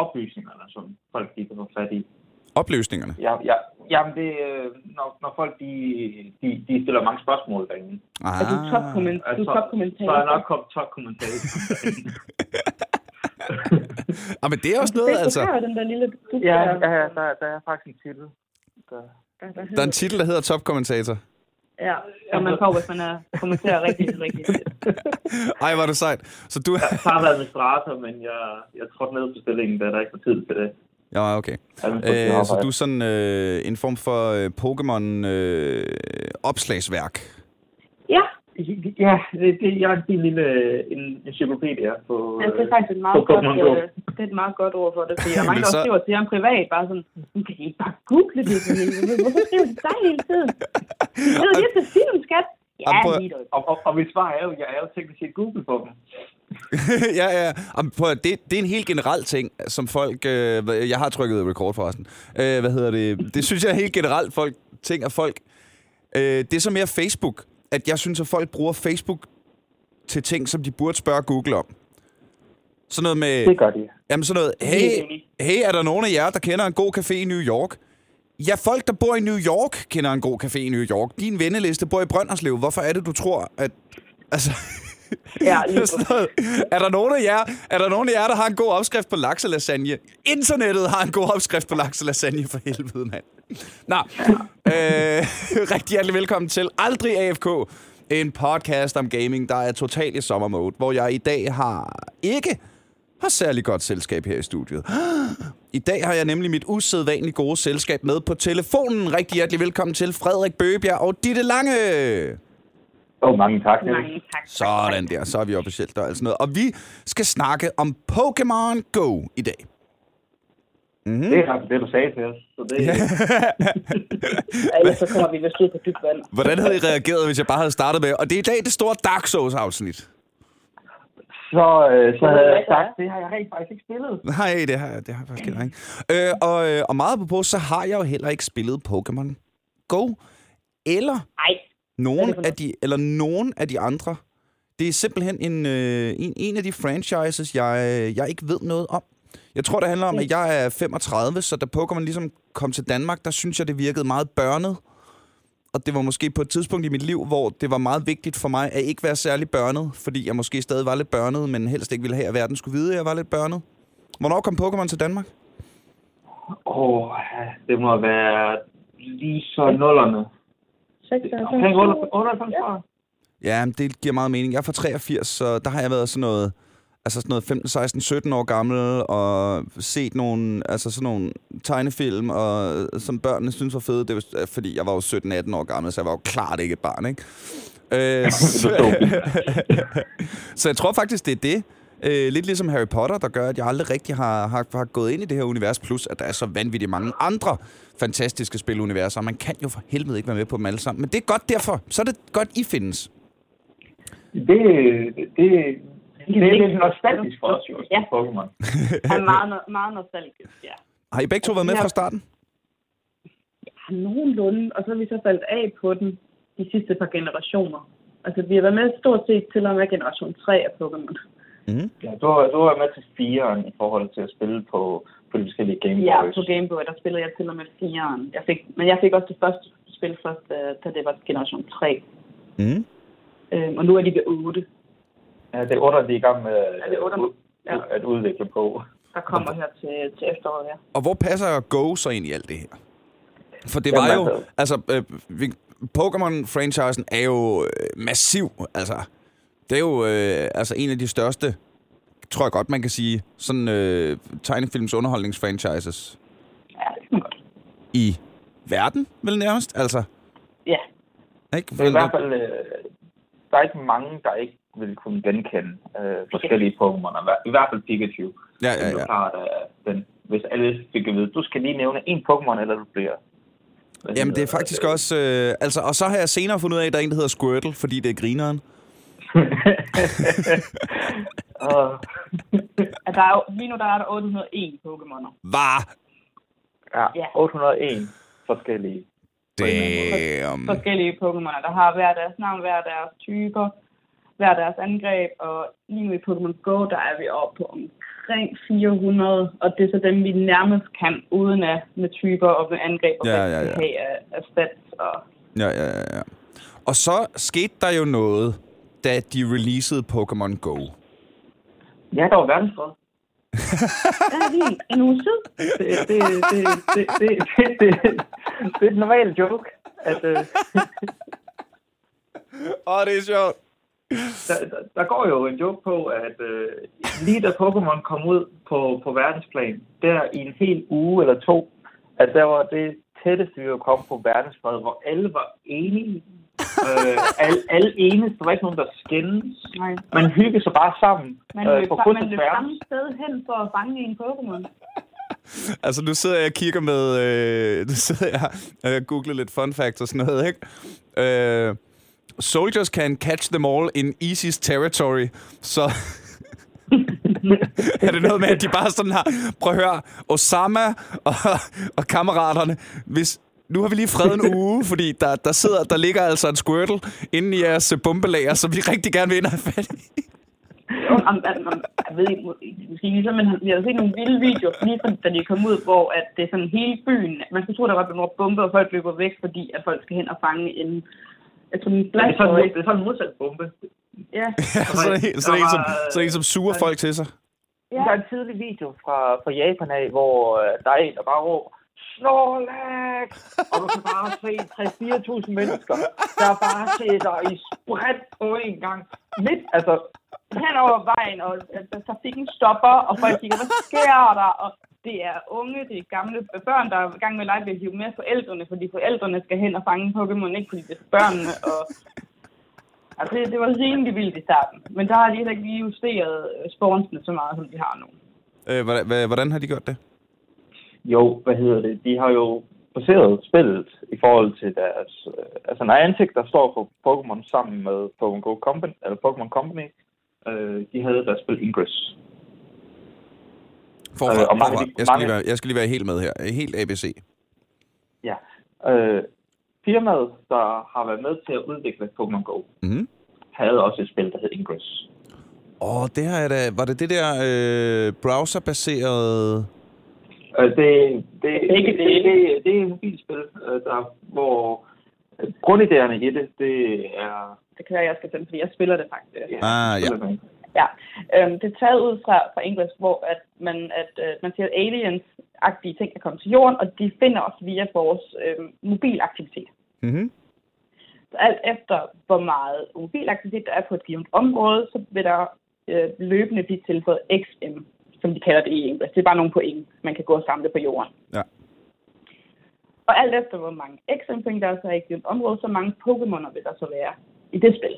oplysningerne, som folk de kan få fat i. Opløsningerne? Jamen, det når folk de stiller mange spørgsmål derinde. Er du topkommentator? Så er jeg nok topkommentator. Men det er også noget, altså. Den der lille der er faktisk en titel. Der er en titel, der hedder topkommentator. Ja, som man får, hvis man kommenterer rigtig. Ej, var det sejt. Så du... Jeg har været administrator, men jeg trådte ned på stillingen, da der ikke var tid til det. Ja, okay. Så du er sådan en form for Pokémon-opslagsværk? Ja. Ja, jeg er en lille encyklopædia på det er faktisk et meget godt ord for det, fordi der er mange, der skriver til ham privat, bare sådan, du kan ikke bare google det, hvorfor skriver du dig hele tiden? Det er jo det, til film, skat. Ja, og mit svar er jo, jeg er jo teknisk set Google på dem. Ja. Det er en helt generel ting, som folk... jeg har trykket record forresten. Det synes jeg er helt generelt, folk. Det er så mere Facebook, at jeg synes, at folk bruger Facebook til ting, som de burde spørge Google om. Sådan noget med... Det gør de. Jamen sådan noget, hey, er der nogen af jer, der kender en god café i New York? Ja, folk, der bor i New York, kender en god café i New York. Din venneliste bor i Brønderslev. Hvorfor er det, du tror, at... Altså... Ja, er der nogen af jer, der har en god opskrift på lakselasagne? Internettet har en god opskrift på lakselasagne, for helvede, mand. Rigtig hjertelig velkommen til Aldrig AFK, en podcast om gaming, der er totalt i sommermode, hvor jeg i dag ikke har særlig godt selskab her i studiet. I dag har jeg nemlig mit usædvanligt gode selskab med på telefonen. Rigtig hjertelig velkommen til Frederik Bøgebjerg og Ditte Lange. Mange tak. Mange tak. Sådan der, så er vi officielt og alt sådan noget. Og vi skal snakke om Pokémon Go i dag. Mm-hmm. Det er det, du sagde til os. Så det... Ellers så kommer vi vist ud på dybt vand. Hvordan havde I reageret, hvis jeg bare havde startet med? Og det er i dag det store Dark Souls-afsnit. Så havde jeg sagt, det har jeg rent faktisk ikke spillet. Nej, det har jeg faktisk ikke. Og meget på, så har jeg jo heller ikke spillet Pokémon Go. Eller... Nej. Nogen af de andre. Det er simpelthen en af de franchises, jeg ikke ved noget om. Jeg tror, det handler om, at jeg er 35, så da Pokémon ligesom kom til Danmark, der synes jeg, det virkede meget børnet. Og det var måske på et tidspunkt i mit liv, hvor det var meget vigtigt for mig at ikke være særlig børnet, fordi jeg måske stadig var lidt børnet, men helst ikke ville have, at verden skulle vide, at jeg var lidt børnet. Hvornår kom Pokémon til Danmark? Det må være lige så nullerne. Omkring 98 år. Ja, det giver meget mening. Jeg er fra 83, så der har jeg været sådan noget 15, 16, 17 år gammel og set sådan nogle tegnefilm, og som børnene synes var fede. Det var, fordi jeg var jo 17-18 år gammel, så jeg var jo klart ikke et barn, ikke? Så jeg tror faktisk, det er det. Lidt ligesom Harry Potter, der gør, at jeg aldrig rigtig har gået ind i det her univers, plus at der er så vanvittigt mange andre fantastiske spiluniverser, og man kan jo for helvede ikke være med på dem alle sammen. Men det er godt derfor. Så er det godt, I findes. Det er lidt nostalgisk for os, jo, Pokémon. Det er meget nostalgisk, ja. Har I begge to været med fra starten? Ja, nogenlunde, og så har vi så faldt af på den de sidste par generationer. Altså, vi har været med stort set til og med generation 3 af Pokémon. Mm-hmm. Ja, du var med til 4'eren i forhold til at spille på de forskellige Game Boys. Ja, på Game Boy, der spillede jeg til og med 4'eren. Men jeg fik også det første spil først, da det var generation 3. Mm. Og nu er de ved 8. Ja, det er 8, de er i gang med at udvikle på. Der kommer her til efteråret, ja. Og hvor passer Go så ind i alt det her? For det var jo... Pokémon-franchisen er jo massiv, altså... Det er jo en af de største, tror jeg godt, man kan sige, sådan tegnefilms underholdningsfranchises. Ja, det kan man godt. I verden, vel nærmest? Altså. Ja. Ikke? Det er i hvert fald, der er ikke mange, der ikke vil kunne genkende forskellige Pokémon. I hvert fald Pikachu. Ja. Det er klart, at hvis alle fik at vide, du skal lige nævne en Pokémon, eller du bliver... Jamen, det er faktisk også... og så har jeg senere fundet ud af, at der er en, der hedder Squirtle, fordi det er grineren. Lige nu der er der 801 Pokémoner. Hvad? Ja, 801 forskellige. Damn. Forskellige Pokémoner, der har hver deres navn, hver deres typer, hver deres angreb, og lige nu i Pokémon Go, der er vi oppe på omkring 400, og det er så dem, vi nærmest kan, uden at med typer og med angreb og hvad vi skal have af stats. Og... Ja. Og så skete der jo noget, da de releasede Pokémon Go. Ja, der var verdensfred. Ja, en uge siden. Det er et normalt joke. At, det er sjovt. Der går jo en joke på, at lige da Pokémon kom ud på verdensplan, der i en hel uge eller 2, at der var det tætteste, vi kom på verdensfred, hvor alle var enige. Alle enige, der var ikke nogen, der skændes. Man hyggede sig bare sammen. Man løb samme sted hen for at fange en Pokémon. Altså, nu sidder jeg og kigger med... nu sidder jeg og googler lidt fun facts og sådan noget, ikke? Soldiers can catch them all in Easy's territory. Så er det noget med, at de bare sådan har... Prøv at høre, Osama og kammeraterne, hvis... Nu har vi lige fred en uge, fordi der ligger altså en Squirtle inde i jeres bombelager, som vi rigtig gerne vil ind og have fat i. Jeg ved ikke, måske ligesom, men vi har set nogle vilde videoer, lige da de kom ud, hvor at det er sådan hele byen. Man skal tro, der var nogle bomber, og folk løber væk, fordi at folk skal hen og fange en... Jeg tror, en Blastoise. Det er sådan en modsat bombe. Ja. Så en, som suger folk til sig. Ja. Der er en tidlig video fra Japan af, hvor der er en, der bare råber, Snorlax! Og du kan bare se 3-4.000 mennesker, der bare sidder i spredt på en gang. Midt, altså, hen over vejen, og trafikken stopper, og folk kigger, hvad sker der? Og det er unge, det er gamle børn, der er i gang med at lege ved at hive med forældrene, fordi forældrene skal hen og fange Pokémon, ikke fordi det er børnene. Og... Altså, det var rimelig vildt i starten, men der har de heller ikke lige justeret spawnsene så meget, som de har nu. Hvordan har de gjort det? Jo, de har jo baseret spillet i forhold til deres... altså Niantic, der står for Pokémon sammen med Pokémon Go Company, eller Pokémon Company, de havde deres spil Ingress. Jeg skal lige være helt med her. Helt ABC. Ja. Firmaet, der har været med til at udvikle Pokémon Go, havde også et spil, der hed Ingress. Det har jeg da... Var det det der browserbaserede... Det er et mobilspil, hvor grundidéerne i det er... Det kan jeg skal finde, fordi jeg spiller det faktisk. Ja. Det er taget ud fra Ingress, hvor man siger, at aliens-agtige ting er kommet til jorden, og de finder os via vores mobilaktivitet. Mm-hmm. Så alt efter, hvor meget mobilaktivitet der er på et givet område, så vil der løbende blive tilføjet XM, som de kalder det i Ingress. Det er bare nogle point, man kan gå og samle på jorden. Ja. Og alt efter, hvor mange XM-point der er så i et givet område, så mange Pokémoner vil der så være i det spil.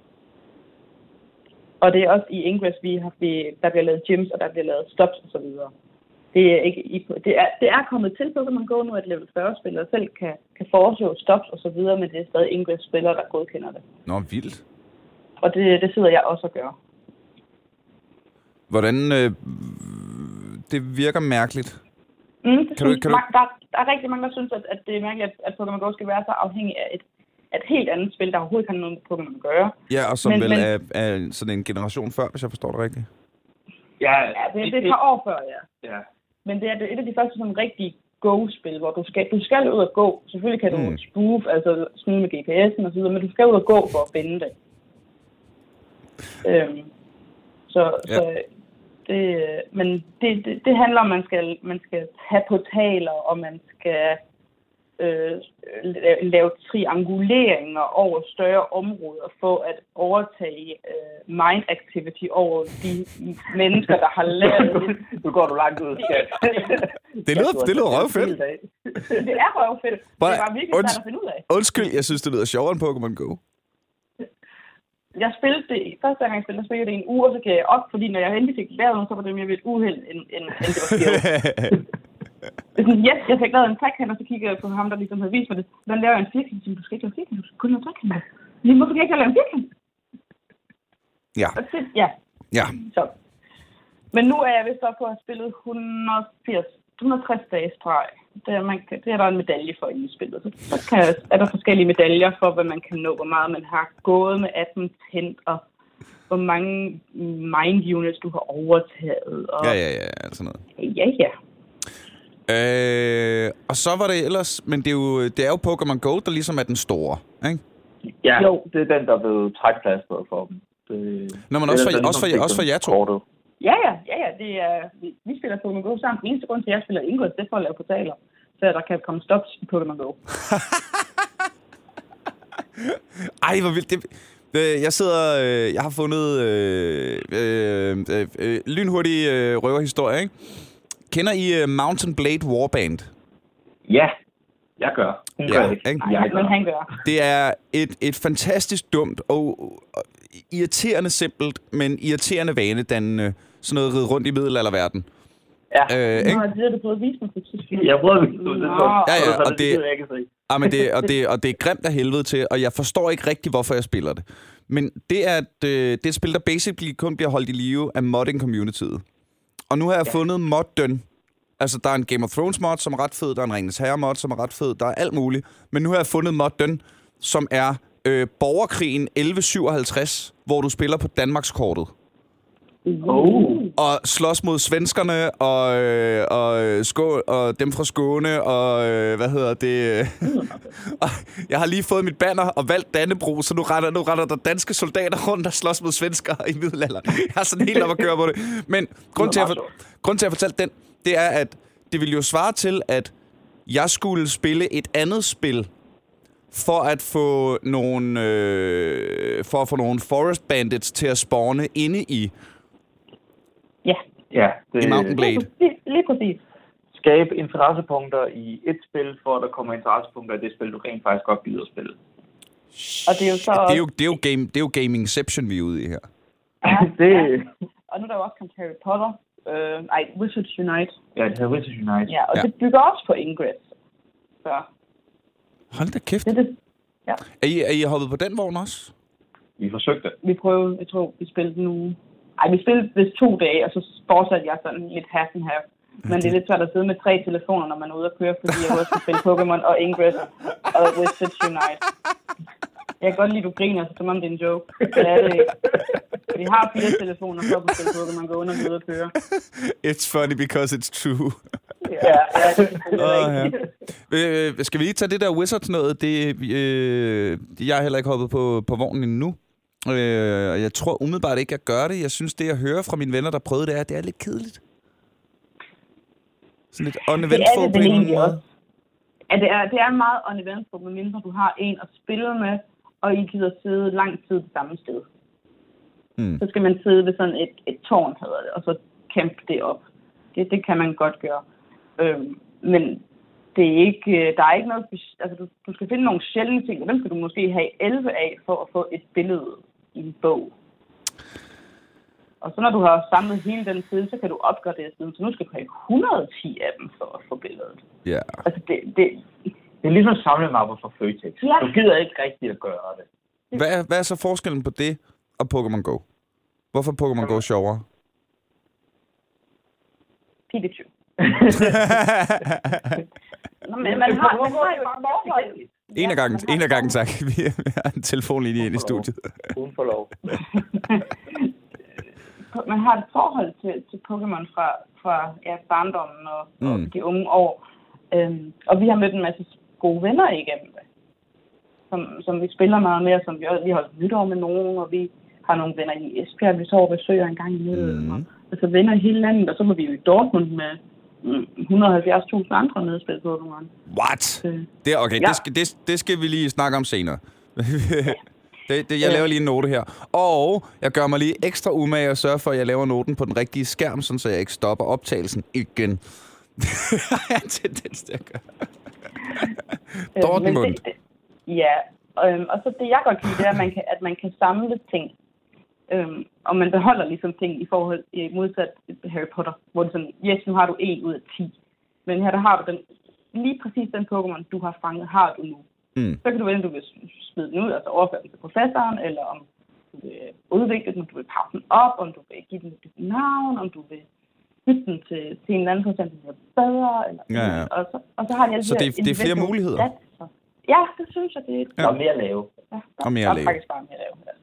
Og det er også i Ingress, der bliver lavet gyms, og der bliver lavet stops og så videre. Det er kommet til Pokémon Go nu, at level 40-spillere selv kan foreslå stops og så videre, men det er stadig Ingress-spillere, der godkender det. Nå, vildt. Og det sidder jeg også og gør. Hvordan... det virker mærkeligt. Der er rigtig mange, der synes, at det er mærkeligt, at Pokémon Go skal være så afhængig af et helt andet spil, der overhovedet ikke har noget med Pokémon at gøre. Ja, og som er sådan en generation før, hvis jeg forstår det rigtigt. Ja, det er et par år før, ja. Men det er et af de første sådan rigtige Go-spil, hvor du skal ud og gå. Selvfølgelig kan du spoof, altså snyde med GPS'en og så videre, men du skal ud og gå for at finde det. Men det handler om, at man skal have portaler, og man skal lave trianguleringer over større områder for at overtage mind activity over de mennesker, der har lavet det. Nu går du langt ud. Det lyder røvfedt. Det er røvfedt. Det var virkelig svært at finde ud af. Undskyld, jeg synes, det lyder sjovere end Pokémon Go. Jeg spillede det, første gang jeg spillede det en uge, og så gav jeg op, fordi når jeg endelig fik lavet noget, så var det mere ved et uheld, end det var skrevet. Yes, jeg fik lavet en trekant, og så kiggede jeg på ham, der ligesom havde vist mig det. Hvordan laver jeg en firkant? Du skal ikke lave firkant, du skal kun lave trekant. Hvorfor kan jeg ikke lave en firkant? Ja. Så. Men nu er jeg vist op på at have spillet 160 dage streg. Det er der en medalje for i spillet. Så er der forskellige medaljer for, hvad man kan nå, hvor meget man har gået med 18 tændt, og hvor mange mind units du har overtaget. Og... Ja, sådan noget. Ja. Og så var det ellers... Men det er jo Pokémon Go, der ligesom er den store, ikke? Ja, jo. Det er den, der er blevet trækplasteret for dem. Nå, men også for jer to. Kortet. Ja. Det er, vi spiller Pokémon Go sammen. Den eneste grund til, at jeg spiller Ingress, det er for at lave portaler. Så der kan komme stops i Pokémon Go. Ej, hvor vildt. Jeg har fundet lynhurtig røverhistorie, ikke? Kender I Mountain Blade Warband? Ja, jeg gør. Hun gør det. Ikke? Nej, men han gør. Det er et fantastisk dumt og irriterende simpelt, men irriterende vanedannende sådan noget ride rundt i middelalderverden. Ja. Det har du prøvet at vise mig på tidspunkt. Jeg prøver at vise mig det. Ja, og det er grimt af helvede til, og jeg forstår ikke rigtig, hvorfor jeg spiller det. Men det er et spil, der basically kun bliver holdt i live af modding-communityet. Og nu har jeg fundet modden. Altså, der er en Game of Thrones mod, som er ret fed. Der er en Ringenes Herre mod, som er ret fed. Der er alt muligt. Men nu har jeg fundet modden, som er borgerkrigen 1157, hvor du spiller på Danmarkskortet. Og slås mod svenskerne og dem fra Skåne og og jeg har lige fået mit banner og valgt Dannebrog, så nu retter der danske soldater rundt og slås mod svenskere i middelalderen. Jeg er sådan helt op at køre på det. Men grund til at fortælle den, det er, at det ville jo svare til, at jeg skulle spille et andet spil for at få nogle forest bandits til at spawne inde i det i Mountain Blade. Lige præcis. Skabe interessepunkter i et spil, for at der kommer interessepunkter i det spil, du rent faktisk godt gider at spille. Og det er jo så det er jo gamingception, vi er ude i her. Ja. Og nu er der jo også kommet Harry Potter. Wizards Unite. Ja, det hedder Wizards Unite. Ja, og det bygger også på Ingress. Så. Hold da kæft. Ja. Er I hoppet på den vogn også? Vi forsøgte. Vi prøvede, jeg tror, vi spillede nu. Vi spillede vist 2 dage, og så fortsatte jeg sådan lidt hassen her. Men det er lidt svært at sidde med 3 telefoner, når man er ude at køre, fordi jeg også skal spille Pokémon og Ingress og Wizards Unite. Jeg kan godt lide, du griner, som om det er en joke. Det er det ikke. Vi har 4 telefoner for at spille Pokémon Go, når vi er ude at køre. It's funny because it's true. Ja, det skal vi lige tage det der Wizards noget? Jeg har heller ikke hoppet på vognen endnu. Jeg tror umiddelbart ikke, at jeg gør det. Jeg synes, det jeg hører fra mine venner, der prøvede det, det er lidt kedeligt. Sådan lidt uneventful på en eller anden måde. Det er meget uneventful, medmindre du har en at spille med, og I gider sidde lang tid det samme sted. Så skal man sidde ved sådan et tårn, hedder det, og så kæmpe det op. Det kan man godt gøre. Men det er ikke, der er ikke noget... Altså, du skal finde nogle sjældne ting, og dem skal du måske have 11 af, for at få et billede i en bog. Og så når du har samlet hele den side, så kan du opgradere siden. Så nu skal du have 110 af dem for at få billedet. Ja. Yeah. Altså, det er ligesom samlemapper fra Føtex. Ja. Du gider ikke rigtigt at gøre det. Hvad er så forskellen på det og Pokémon Go? Hvorfor er Pokémon Go sjovere? Pikachu. Men man har jo forhold. En af gangen, tak. Vi har en telefonlinje ind i studiet. Uden for lov. Man har et forhold til Pokémon fra barndommen og de unge år. Og vi har mødt en masse gode venner igennem det. Som vi spiller meget mere, som vi har holdt nytår med nogen, og vi har nogle venner i Esbjerg, vi så og besøger en gang imellem. Og så venner i hele landet, og så var vi jo i Dortmund med 170.000 andre nedspil på Pokémon. What? Okay, ja. Det skal vi lige snakke om senere. Jeg laver lige en note her. Og jeg gør mig lige ekstra umage og sørger for, at jeg laver noten på den rigtige skærm, sådan så jeg ikke stopper optagelsen igen. Det har jeg en tendens til at gøre. Dortmund. Og så det jeg godt kan lide, det er, at man kan samle ting. Og man beholder ligesom ting i forhold i modsat Harry Potter, hvor det sådan, yes, nu har du 1 ud af 10. Men her der har du lige præcis den Pokémon, du har fanget, har du nu. Så kan du vælge, om du vil smide den ud, altså overføre den til professoren, eller om du vil udvikle den, om du vil pakke den op, om du vil give den et navn, om du vil bytte den til en eller anden procent, der er bedre. Eller, og så har de så det er flere muligheder? Ja, det synes jeg, det er... Og mere at lave. Ja, der er faktisk bare mere at lave. Ja.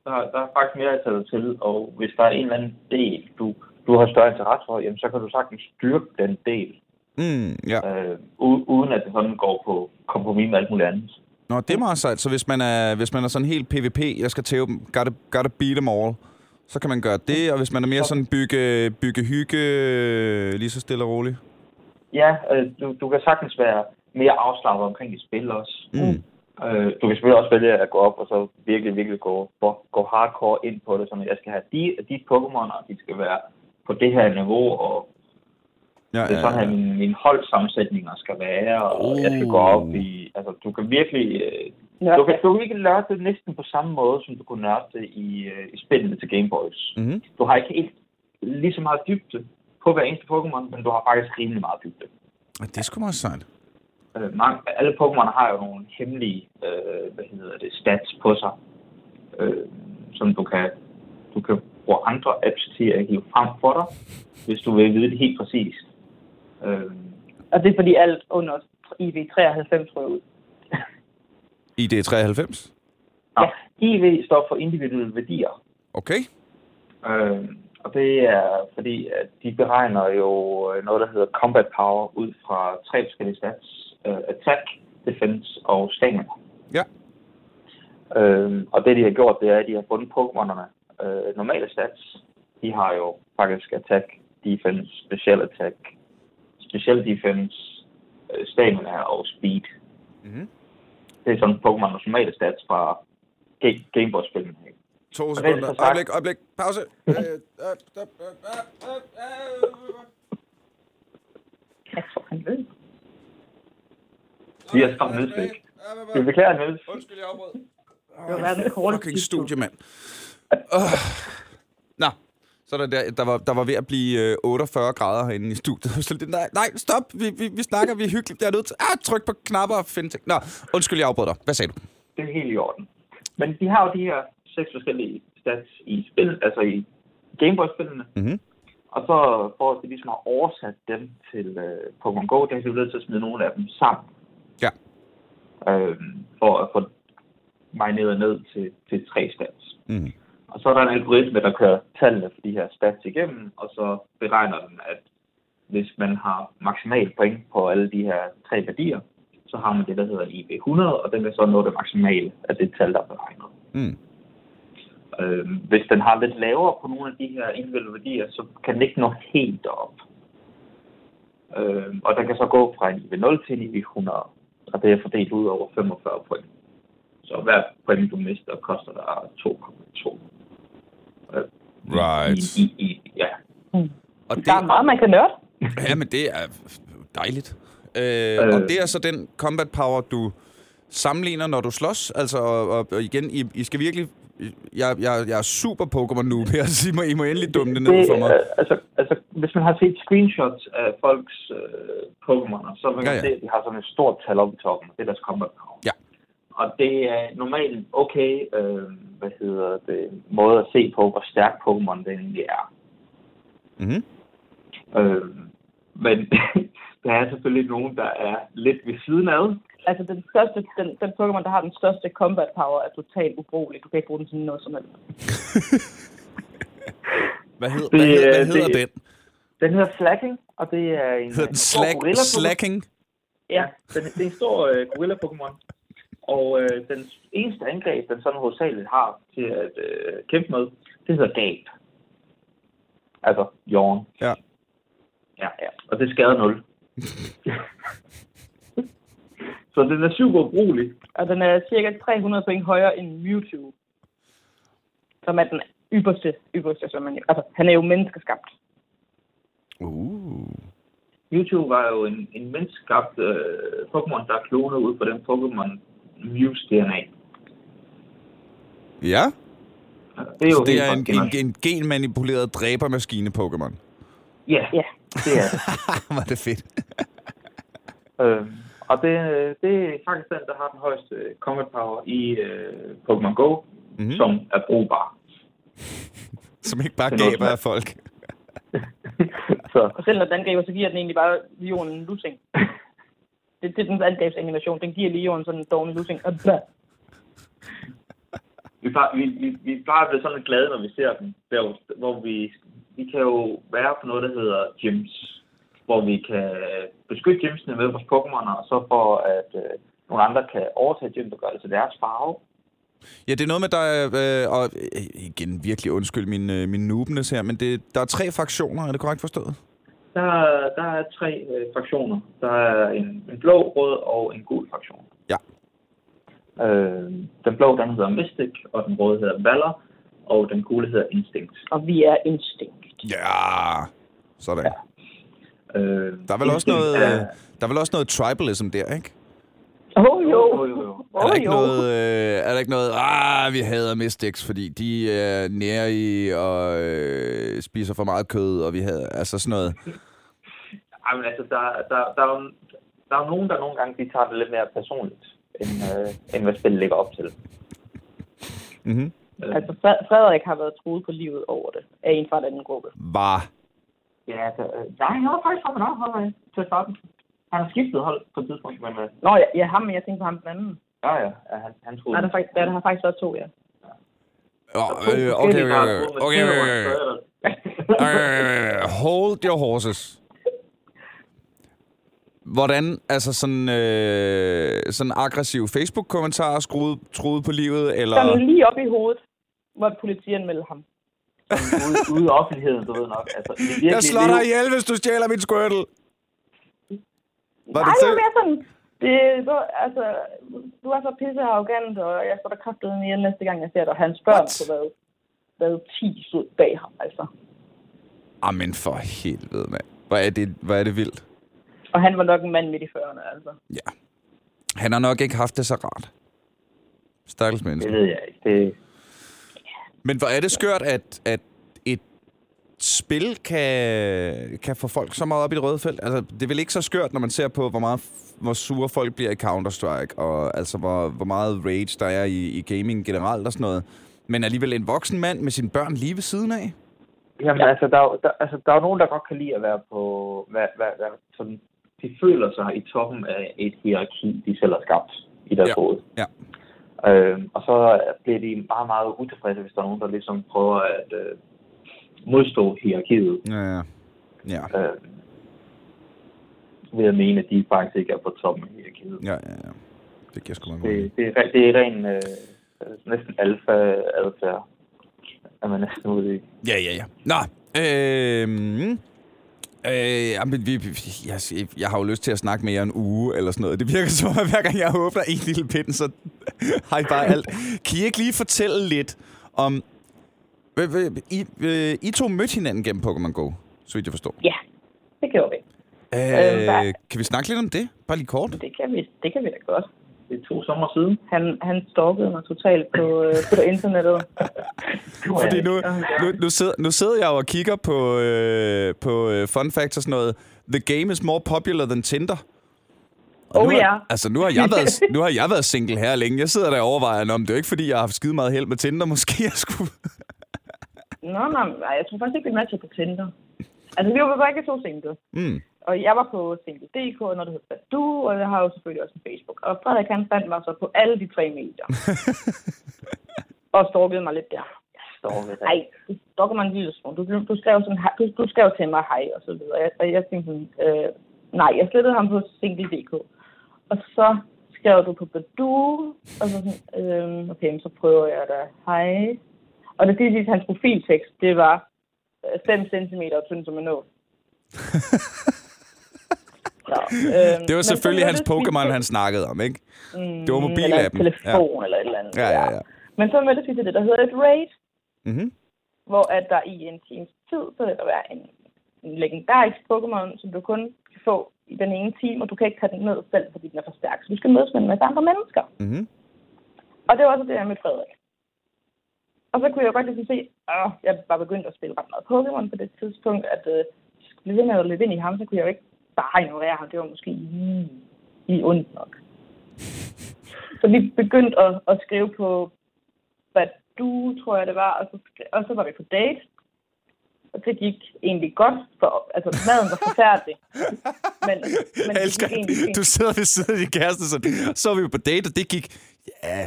Der er faktisk mere at tage til, og hvis der er en eller anden del, du har større interesse for, jamen, så kan du sagtens styrke den del, Ja. uden at det sådan går på kompromis med alt muligt andet. Nå, det er meget sejt. Så hvis man er sådan helt PvP, jeg skal tæve dem, gotta beat them all, så kan man gøre det. Og hvis man er mere sådan bygge hygge, lige så stille og roligt. Ja, du kan sagtens være mere afslappet omkring et spil også. Du kan selvfølgelig også vælge at gå op og så virkelig gå hardcore ind på det, sådan at jeg skal have de Pokémoner, de skal være på det her niveau, og det er sådan her min holdsammensætninger skal være, og jeg skal gå op i, altså du kan virkelig, du kan ikke nørde det næsten på samme måde, som du kunne nørde det i spillene til Game Boys. Mm-hmm. Du har ikke lige så meget dybde på hver eneste Pokémon, men du har faktisk rimelig meget dybde. Det er sgu meget sejt. Alle Pokémon har jo nogle hemmelige stats på sig, som du kan bruge andre apps til at hive frem for dig, hvis du vil vide det helt præcist. Og det er fordi alt under IV93 rører ud. ID93? Ja, IV står for individuelle værdier. Okay. Og det er fordi, at de beregner jo noget, der hedder combat power, ud fra 3 forskellige stats. Attack, defense og stamina. Ja. Og det, de har gjort, det er, at de har fundet Pokémonerne normale stats. De har jo faktisk attack, defense, special attack, special defense, stamina og speed. Mm-hmm. Det er sådan Pokémoners normale stats fra Game Boy-spillene. 2 sekunder. Øjeblik. Pause. Jeg tror, han ved. Vi er skræmt nedsvæk. Vi beklager, Niels. Undskyld, jeg afbrød. Det var verdens korteste Fucking studie, mand. Nå, så der var ved at blive 48 grader herinde i studiet. Nej, stop. Vi snakker, vi er hyggeligt. Jeg er nødt til tryk på knapper og finde ting. Nå, undskyld, jeg afbrød dig. Hvad sagde du? Det er helt i orden. Men de har jo de her 6 forskellige stats i spil, altså i Gameboy-spillene. Mm-hmm. Og så for at de ligesom har oversat dem til Pokémon Go, der er de nødt til at smide nogle af dem sammen. Ja. For at få mineret ned til 3 stats. Mm. Og så er der en algoritme, der kører tallene for de her stats igennem, og så beregner den, at hvis man har maksimal point på alle de her 3 værdier, så har man det, der hedder IB100, og den vil så nå det maksimale af det tal, der er beregnet. Mm. Hvis den har lidt lavere på nogle af de her individuelle værdier, så kan den ikke nå helt op. Og den kan så gå fra en IB0 til en IB100, og det er fordelt ud over 45 point. Så hver point, du mister, koster dig 2,2. Right. Ja. Og Der er meget, man kan nørde. Ja, men det er dejligt. Og det er så den combat power, du sammenligner, når du slås. Altså, og igen, I skal virkelig... Jeg er super Pokémon noob her, så I må endelig dumme det ned for mig. Altså, hvis man har set screenshots af folks Pokémoner, så vil man se, at de har sådan et stort tal op i toppen. Det er deres combat power. Ja. Og det er normalt okay, måde at se på, hvor stærk Pokémon det egentlig er. Mm-hmm. Men der er selvfølgelig nogen, der er lidt ved siden af. Altså den Pokémon, der har den største combat power, er totalt ubrugelig. Du kan ikke bruge den til noget som helst. Hvad hedder den? Den hedder Slacking, og det er en hedder den Slacking? Ja, det er en stor gorilla-Pokémon. Og den eneste angreb, den sådan hovedsageligt har til at kæmpe med, det hedder Gab. Altså Jorn. Ja. Ja, og det skader 0. Så den er super ubrugelig. Og den er cirka 300 point højere end Mewtwo. Som er den ypperste som man... Altså, han er jo menneskeskabt. Mewtwo var jo en menneskeskabt Pokémon, der er klonet ud på den Pokémon Mews DNA. Ja? Det er jo det er en genmanipuleret dræbermaskine Pokémon. Ja, det er det. Var det fedt. Og det er faktisk den, der har den højeste combat power i Pokémon Go, som er brugbar. Som ikke bare gaber af folk. Så. Og selv når den gaber, så giver den egentlig bare Leon en lussing. Det er dens angrebsanimation. Den giver Leon sådan en dårlig lussing. Vi plejer at blive sådan lidt glade, når vi ser dem. Der, hvor vi kan jo være på noget, der hedder gyms. Hvor vi kan beskytte gymsene med vores Pokémoner, og så for at nogle andre kan overtage gyms og gøre det til deres farve. Ja, det er noget med, og igen, virkelig undskyld min noobness her, men der er 3 fraktioner, er det korrekt forstået? Der er 3 fraktioner. Der er en blå, rød og en gul fraktion. Ja. Den blå, den hedder Mystic, og den røde hedder Valor, og den gule hedder Instinct. Og vi er Instinct. Ja, sådan. Ja. Der er vel også noget tribalism der, ikke? Jo. Er der ikke noget, vi hader Mystics, fordi de er nærige og spiser for meget kød, og vi hader, altså sådan noget. Jamen altså, der er jo nogen, der nogle gange, de tager det lidt mere personligt, end hvad spillet ligger op til. Mm-hmm. Altså, Frederik har været truet på livet over det, af en fra den gruppe. Ja, altså, nej, han var faktisk hoppet op til starten. Han har skiftet hold på et tidspunkt, men... Nå, ja, ham, men jeg tænkte på ham den anden. Ja, han troede... Nej, der har faktisk været 2, ja. Okay. Hold your horses. Hvordan, altså sådan aggressiv Facebook-kommentarer truede på livet, eller... Sådan lige op i hovedet, hvor politiet meldte ham. Ude i offentligheden, du ved nok. Altså, jeg slår dig ihjel, hvis du stjæler min Squirtle. Nej, det er mere sådan... du er så pisse arrogant, og jeg står der kraftedeme ihjel næste gang, jeg ser dig. Hans børn har været 10 stod bag ham, altså. Amen for helvede, mand. Hvor er det vildt. Og han var nok en mand midt i 40'erne, altså. Ja. Han har nok ikke haft det så rart. Stakkels menneske. Det ved jeg ikke. Men hvor er det skørt, at et spil kan få folk så meget op i det røde felt? Altså, det er vel ikke så skørt, når man ser på, hvor sure folk bliver i Counter-Strike, og altså, hvor meget rage der er i gaming generelt og sådan noget. Men alligevel en voksen mand med sine børn lige ved siden af? Jamen, altså, der er jo nogen, der godt kan lide at være på... sådan, de føler sig i toppen af et hierarki, de selv har skabt i deres hoved. Ja. Og så bliver de meget, meget utilfredse, hvis der er nogen, der ligesom prøver at modstå hierarkiet. Ja. Ved at mene, at de faktisk ikke er på toppen af hierarkiet. Ja. Det giver sgu meget. Det er ren næsten alfa-adfærd, er man næsten ude i. Ja. Nå, jeg har jo lyst til at snakke med jer en uge eller sådan noget. Det virker som, at hver gang jeg åbner en lille pind, så har I bare alt. Kan I ikke lige fortælle lidt om... I to mødte hinanden gennem Pokémon Go, så vidt jeg forstår. Ja, det gjorde vi. Kan vi snakke lidt om det? Bare lige kort. Det kan vi da godt. Det er 2 sommer siden. Han stalkede mig totalt på internettet. Fordi nu sidder jeg og kigger på fun facts og sådan noget. The game is more popular than Tinder. Altså, nu har jeg været single her længe. Jeg sidder der og overvejer, om det er ikke fordi, jeg har haft skide meget held med Tinder. Måske jeg skulle... Nej, jeg tror faktisk ikke, vi matcher på Tinder. Altså, vi var begge 2 single. Mm. Og jeg var på Single.dk, og noget, der hedder Badoo, og jeg har jo selvfølgelig også en Facebook. Og Frederik, han fandt mig så på alle de 3 medier. Og stalkede mig lidt der. Nej, du stalker mig en lille smule. Du skrev til mig hej, og så videre. Og jeg tænkte sådan, nej, jeg slettede ham på Single.dk. Og så skrev du på Badoo, og så sådan, okay, så prøver jeg da hej. Og det sidste, hans profiltekst, det var 5 cm tynd som en nål. Det var selvfølgelig hans Pokémon, han snakkede om, ikke? Det var mobilappen. Eller telefon eller et eller andet. Ja. Men så mødtes vi til det, der hedder et raid. Mm-hmm. Hvor at der i en times tid, så vil der være en legendarisk Pokémon, som du kun kan få i den ene time, og du kan ikke tage den ned selv, fordi den er for stærk. Så du skal mødes med en masse andre mennesker. Mm-hmm. Og det var også det, jeg med Frederik. Og så kunne jeg godt ligesom se, at jeg var begyndt at spille ret meget Pokémon på det tidspunkt, at jeg skulle blive ved med at løbe ind i ham, så kunne jeg jo ikke bare ignorere ham. Det var måske lige ondt nok. Så vi begyndte at skrive på Badoo, tror jeg det var, og så var vi på date. Og det gik egentlig godt, for altså maden var forfærdelig. Men jeg elsker, du sidder ved siden af din kæreste, så var vi på date, og det gik Ja,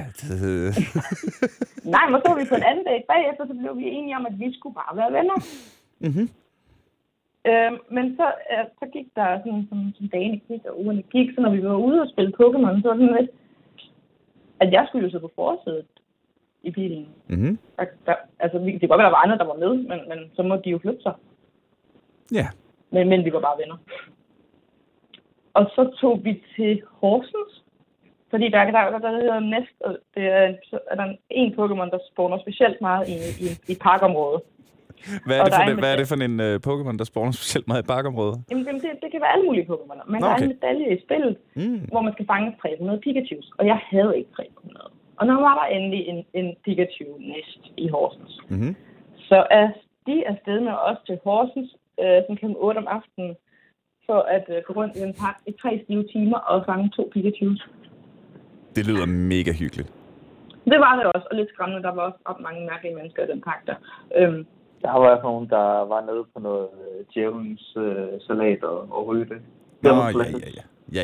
Nej, men så var vi på en anden dag bagefter, så blev vi enige om, at vi skulle bare være venner. Mhm. Men så gik der sådan, som dagene gik, og ugerne gik, så når vi var ude og spille Pokémon, så var det sådan lidt, at jeg skulle jo sidde på forsædet i bilen. Mhm. Altså, det kan godt være, der var andre, der var med, men så må de jo flytte sig. Ja. Men vi var bare venner. Og så tog vi til Horsens, fordi der hedder Nest, og det er der en Pokémon, der spawner specielt meget i et parkområde. Hvad er det for en Pokémon, der spawner specielt meget i parkområdet? Jamen, det kan være alle mulige Pokémoner. Men der er en medalje i spillet, hvor man skal fange 300 Pikachus. Og jeg havde ikke 300. Og når var der endelig en Pikachu-nest i Horsens. Mm-hmm. Så er de afsted med os til Horsens, som kl. 8 om aftenen, for at gå rundt i en park i 3 stive timer og fange 2 Pikachus. Det lyder mega hyggeligt. Det var det også, og lidt skræmmende. Der var også mange mærkelige mennesker i den park der. Der var i hvert fald nogen, der var nede på noget djævelens salat og ryge det. Nå, ja.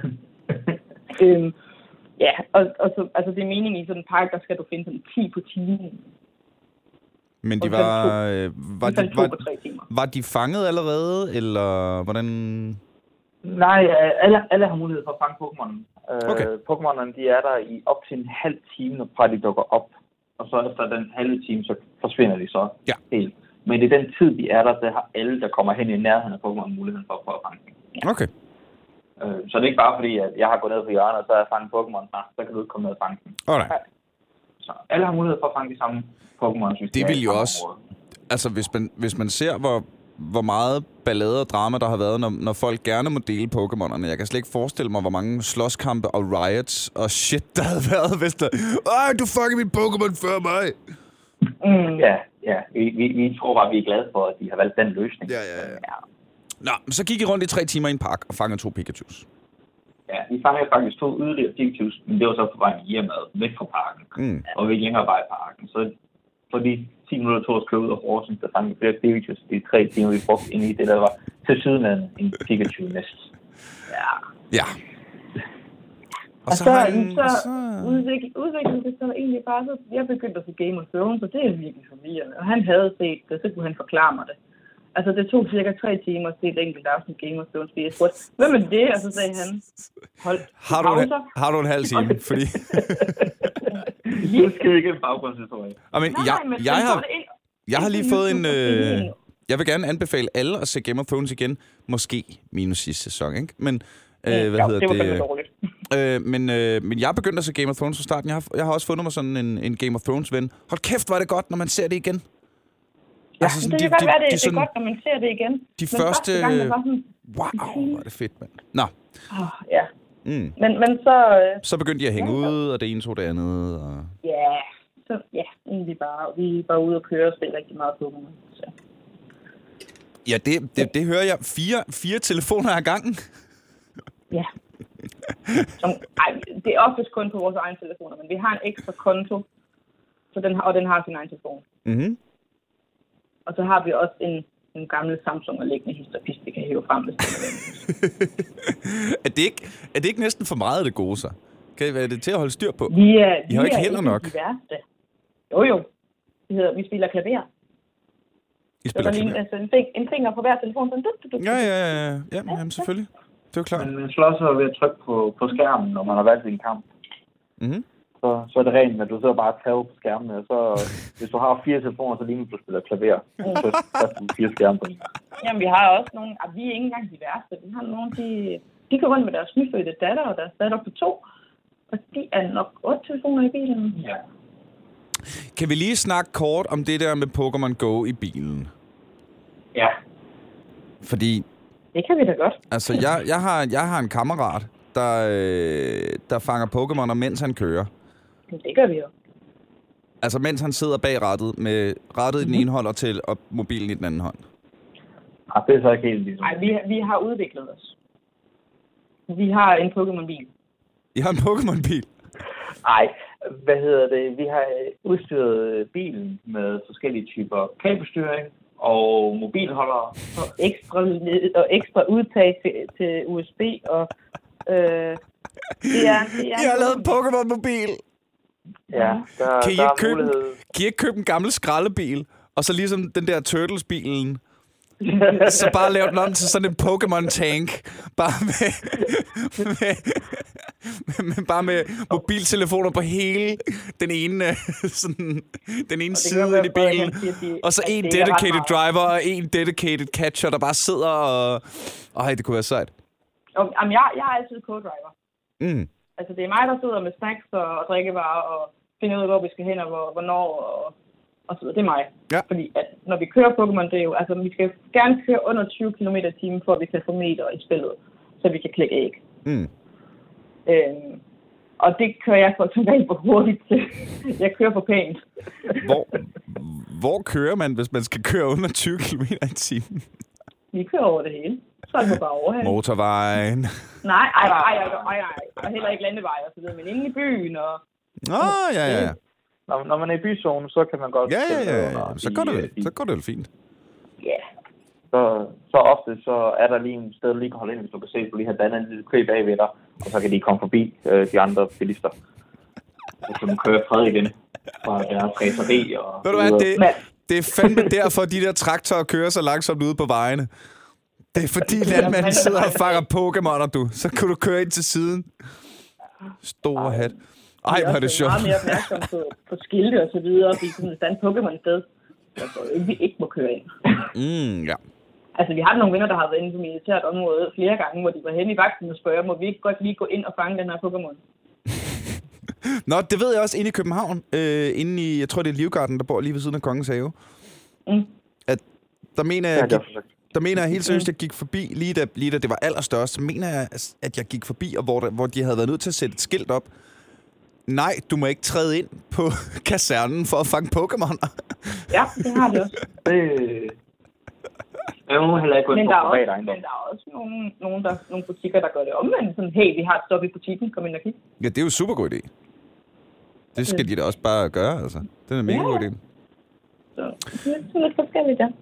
Ja, og så, altså det er meningen i sådan en park, der skal du finde sådan 10 på timen. Men de var de fanget allerede, eller hvordan? Nej, alle har mulighed for at fange Pokémon. Okay. Pokémonerne, de er der i op til en halv time, fra de dukker op. Og så efter den halve time, så forsvinder de så helt. Men i den tid, de er der, så har alle, der kommer hen i nærheden af Pokémon, muligheden for at prøve at fange dem. Ja. Okay. Så det er ikke bare fordi, at jeg har gået ned på hjørnet, og så har jeg fanget Pokémon. Nej, så kan du ikke komme ned og fange dem. Alright. Så alle har mulighed for at fange de samme Pokémon. Det vil jo også... Altså, hvis man ser, hvor meget ballade og drama, der har været, når folk gerne må dele Pokémonerne. Jeg kan slet ikke forestille mig, hvor mange slåskampe og riots og shit, der havde været, hvis der... du fucker mit Pokémon før mig! Ja. Vi tror bare, vi er glade for, at de har valgt den løsning. Ja. Nå, så gik I rundt i 3 timer i en park og fangede 2 Pikachus. Ja, vi fangede faktisk 2 yderligere Pikachus, men det var så på vej hjemad, væk fra parken. Og vi ikke længere var i parken. Så for de 10 minutter tog at køre ud af Horsens, der fangede flere Pikachus. De 3 timer, vi brugte ind i det, der var til sydenlandet en Pikachu-nest. Ja. Og så udviklede det så egentlig bare, så jeg begyndte at se Game of Thrones, og det er virkelig forvirrende. Og han havde set det, så kunne han forklare mig det. Altså, det tog cirka 3 timer at se et enkelt afsnit Game of Thrones, fordi jeg spurgte, hvem er det? Og så sagde han, hold pauser. Har du en halv time? Fordi... Nu skal vi ikke en baggrundshistorie. Jeg har lige fået en... Jeg vil gerne anbefale alle at se Game of Thrones igen. Måske minus sidste sæson, ikke? Men... det var fandme dårligt. Men jeg er begyndt at se Game of Thrones fra starten. Jeg har også fundet mig sådan en Game of Thrones-ven. Hold kæft, var det godt, når man ser det igen. Ja, altså sådan, det kan godt være, det er godt, når man ser det igen. De første gang, det var sådan... Wow, hvor er det fedt, mand. Nå. Ja. Men så... Så begyndte de at hænge ud, og det ene tog det andet, og... Ja, så egentlig vi er bare ude og køre og spille rigtig meget på mig. Så. Ja, det hører jeg. 4 telefoner ad gangen. Ja. Det er oftest kun på vores egen telefoner, men vi har en ekstra konto, så den har sin egen telefon. Mhm. Og så har vi også en gammel Samsung og liggende histopist, vi kan hæve frem, hvis det er det ikke næsten for meget af det gode, så? Kan det være det til at holde styr på? I har ikke hænder nok. De værste. Jo. Vi spiller klaver. I spiller klaver? Altså en finger på hver telefon. Sådan, Ja, jamen, selvfølgelig. Det er jo klart. Men man slår så ved at trykke på skærmen, når man har valgt en kamp. Mhm. Så er det rent, at du sidder bare og tager på skærmen, og så hvis du har 4 telefoner, så lige nu du spiller klaver. Så er du 4 skærme på en gang. Jamen, vi har også nogle, vi er ikke engang de værste. Vi har nogle, de går rundt med deres nyfødte datter, og deres datter på 2. Og de er nok 8 telefoner i bilen. Ja. Kan vi lige snakke kort om det der med Pokémon Go i bilen? Ja. Fordi... Det kan vi da godt. Altså, jeg har en kammerat, der fanger Pokémoner, mens han kører. Det gør vi jo. Altså, mens han sidder bag rattet, med rattet i den ene hånd og mobilen i den anden hånd. Ja, det er så ikke helt ligesom. Nej, vi har udviklet os. Vi har en Pokémon-bil. I har en Pokémon-bil? Nej, vi har udstyret bilen med forskellige typer kabelstyring og mobilholdere. Og ekstra udtag til USB og Jeg har lavet en Pokémon-mobil. Ja, der er mulighed. Kan I ikke købe en gammel skraldebil, og så ligesom den der Turtles-bilen, så bare lave den om til sådan en Pokémon-tank, bare med mobiltelefoner på hele den ene, den ene side i bilen, og så en dedicated driver og en dedicated catcher, der bare sidder og... Ej, det kunne være sejt. Jamen, jeg er altid co-driver. Altså, det er mig, der sidder med snacks og drikkevarer og finder ud af, hvor vi skal hen og hvornår og så videre. Det er mig. Ja. Fordi at når vi kører Pokémon, det er jo, altså, vi skal gerne køre under 20 km/t, for at vi kan få meter i spillet, så vi kan klikke æg. Og det kører jeg for tilbage for hurtigt til. Jeg kører for pænt. Hvor kører man, hvis man skal køre under 20 km/t? Vi kører over det hele. Så er det bare overhæng. Motorvejen. Nej. Og heller ikke landevej og så videre, men inde i byen og... ja. Når man er i byzone, så kan man godt... Ja. Så går det vel fint. Ja. Så ofte så er der lige en sted, du lige kan holde ind, hvis du kan se, at du lige har dannet en lille kø bagved dig, og så kan de komme forbi de andre bilister. Så kan man køre fred igen fra deres raceri og... Ved du hvad, det er fandme derfor, de der traktorer kører så langsomt ude på vejene. Det er fordi landmanden sidder og fanger Pokémoner, du. Så kan du køre ind til siden. Stor hat. Ej, hvor er det sjovt. Jeg er meget mere opmærksom på skilte og så videre, fordi hvis der er en Pokémon-sted, så vi ikke må køre ind. Ja. Altså, vi har nogle venner, der har været inde på militært område flere gange, hvor de var henne i vagten og spørger, må vi ikke godt lige gå ind og fange den her Pokémon? Nå, det ved jeg også inde i København. Inde i, jeg tror det er Livgarden, der bor lige ved siden af Kongens Have. At der mener jeg helt seriøst, at jeg gik forbi, lige da det var allerstørst, så mener jeg, at jeg gik forbi, og hvor de havde været nødt til at sætte et skilt op. Nej, du må ikke træde ind på kasernen for at fange Pokémoner. Ja, det har de også. Men der er også nogle butikker, der gør det omvendt. Sådan, hey, vi har et stop i butikken, kom ind og kig. Ja, det er jo super god idé. Det skal de da også bare gøre, altså. Det er en mega god idé. Så det er lidt forskelligt, ja.